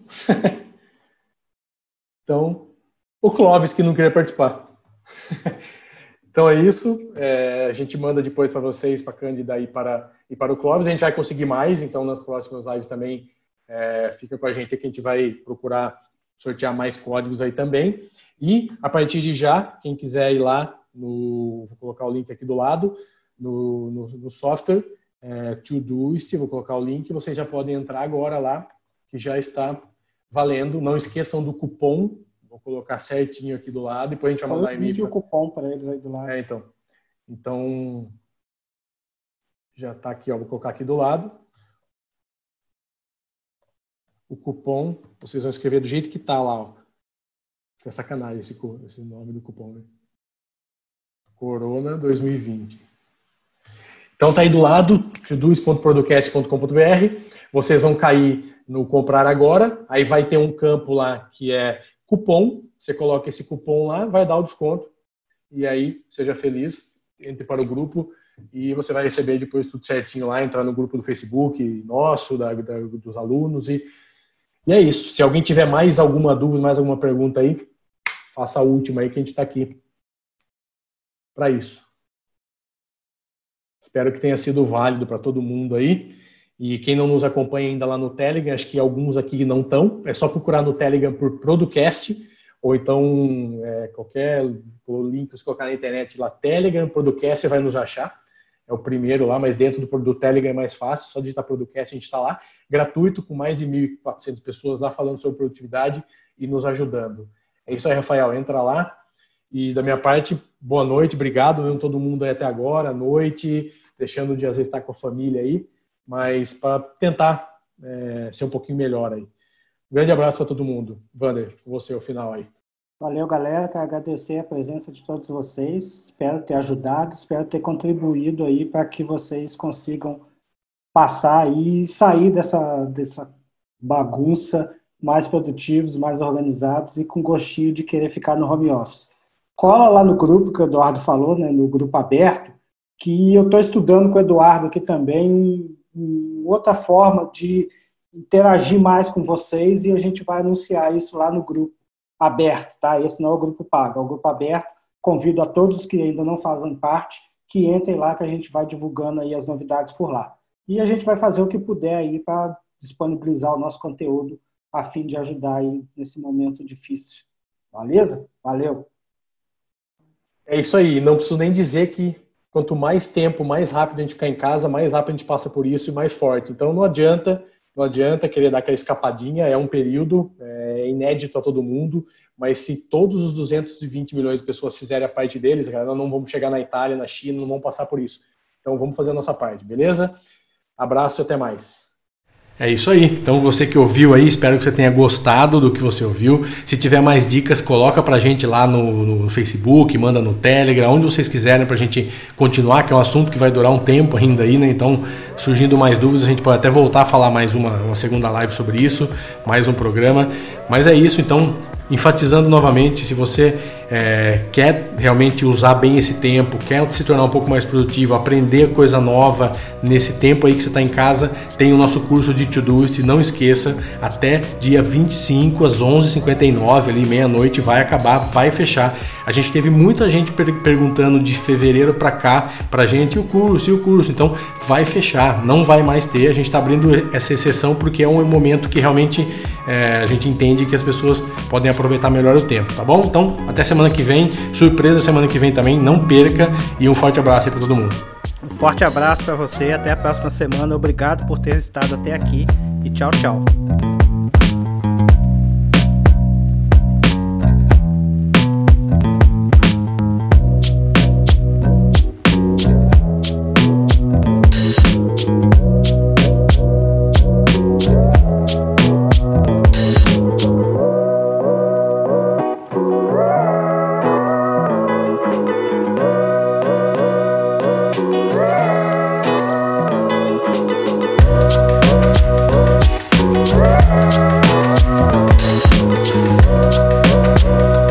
Então, o Clóvis que não queria participar. Então é isso, é, a gente manda depois para vocês, para a Cândida e para, e para o Clóvis, a gente vai conseguir mais, então nas próximas lives também é, fica com a gente que a gente vai procurar sortear mais códigos aí também. E a partir de já, quem quiser ir lá, no, vou colocar o link aqui do lado, no, no, no software, é, Todoist, vou colocar o link, vocês já podem entrar agora lá, que já está valendo. Não esqueçam do cupom, vou colocar certinho aqui do lado, depois a gente vai mandar e-mail. Eu o cupom para eles aí do lado. É, então. Então, já está aqui, ó, vou colocar aqui do lado. O cupom, vocês vão escrever do jeito que está lá, ó. Que é sacanagem esse, esse nome do cupom, né? Corona dois mil e vinte. Então tá aí do lado, todoist ponto producast ponto com ponto b r. Vocês vão cair no comprar agora, aí vai ter um campo lá que é cupom, você coloca esse cupom lá, vai dar o desconto, e aí seja feliz, entre para o grupo, e você vai receber depois tudo certinho lá, entrar no grupo do Facebook nosso, da, da, dos alunos, e, e é isso. Se alguém tiver mais alguma dúvida, mais alguma pergunta aí, faça a última aí que a gente está aqui para isso. Espero que tenha sido válido para todo mundo aí. E quem não nos acompanha ainda lá no Telegram, acho que alguns aqui não estão, é só procurar no Telegram por Producast, ou então é, qualquer link que você colocar na internet lá, Telegram, Producast, você vai nos achar. É o primeiro lá, mas dentro do, do Telegram é mais fácil, só digitar Producast, a gente está lá, gratuito, com mais de mil e quatrocentas pessoas lá falando sobre produtividade e nos ajudando. É isso aí, Rafael, entra lá. E da minha parte, boa noite, obrigado mesmo todo mundo aí até agora, à noite, deixando de às vezes estar com a família aí, mas para tentar é, ser um pouquinho melhor aí. Um grande abraço para todo mundo. Wander, com você, o final aí. Valeu, galera. Quero agradecer a presença de todos vocês. Espero ter ajudado, espero ter contribuído aí para que vocês consigam passar e sair dessa, dessa bagunça mais produtivos, mais organizados e com gostinho de querer ficar no home office. Cola lá no grupo que o Eduardo falou, né, no grupo aberto, que eu estou estudando com o Eduardo aqui também outra forma de interagir mais com vocês e a gente vai anunciar isso lá no grupo aberto, tá? Esse não é o grupo pago, é o grupo aberto. Convido a todos que ainda não fazem parte que entrem lá que a gente vai divulgando aí as novidades por lá. E a gente vai fazer o que puder aí para disponibilizar o nosso conteúdo a fim de ajudar aí nesse momento difícil. Beleza? Valeu! É isso aí, não preciso nem dizer que quanto mais tempo, mais rápido a gente ficar em casa, mais rápido a gente passa por isso e mais forte. Então não adianta, não adianta querer dar aquela escapadinha, é um período é inédito a todo mundo, mas se todos os duzentos e vinte milhões de pessoas fizerem a parte deles, cara, nós não vamos chegar na Itália, na China, não vamos passar por isso. Então vamos fazer a nossa parte, beleza? Abraço e até mais. É isso aí. Então você que ouviu aí, espero que você tenha gostado do que você ouviu. Se tiver mais dicas, coloca pra gente lá no, no Facebook, manda no Telegram, onde vocês quiserem pra gente continuar, que é um assunto que vai durar um tempo ainda aí, né? Então, surgindo mais dúvidas, a gente pode até voltar a falar mais uma, uma segunda live sobre isso, mais um programa. Mas é isso, então, enfatizando novamente, se você é, quer realmente usar bem esse tempo, quer se tornar um pouco mais produtivo, aprender coisa nova nesse tempo aí que você está em casa, tem o nosso curso de Todoist, não esqueça, até dia vinte e cinco às onze e cinquenta e nove, ali meia-noite, vai acabar, vai fechar. A gente teve muita gente per- perguntando de fevereiro para cá, pra gente, e o curso, e o curso, então vai fechar, não vai mais ter, a gente está abrindo essa exceção porque é um momento que realmente é, a gente entende que as pessoas podem aproveitar melhor o tempo, tá bom? Então, até semana que vem, surpresa semana que vem também, não perca, e um forte abraço aí para todo mundo. Um forte abraço para você, até a próxima semana, obrigado por ter estado até aqui e tchau, tchau. We'll be right back.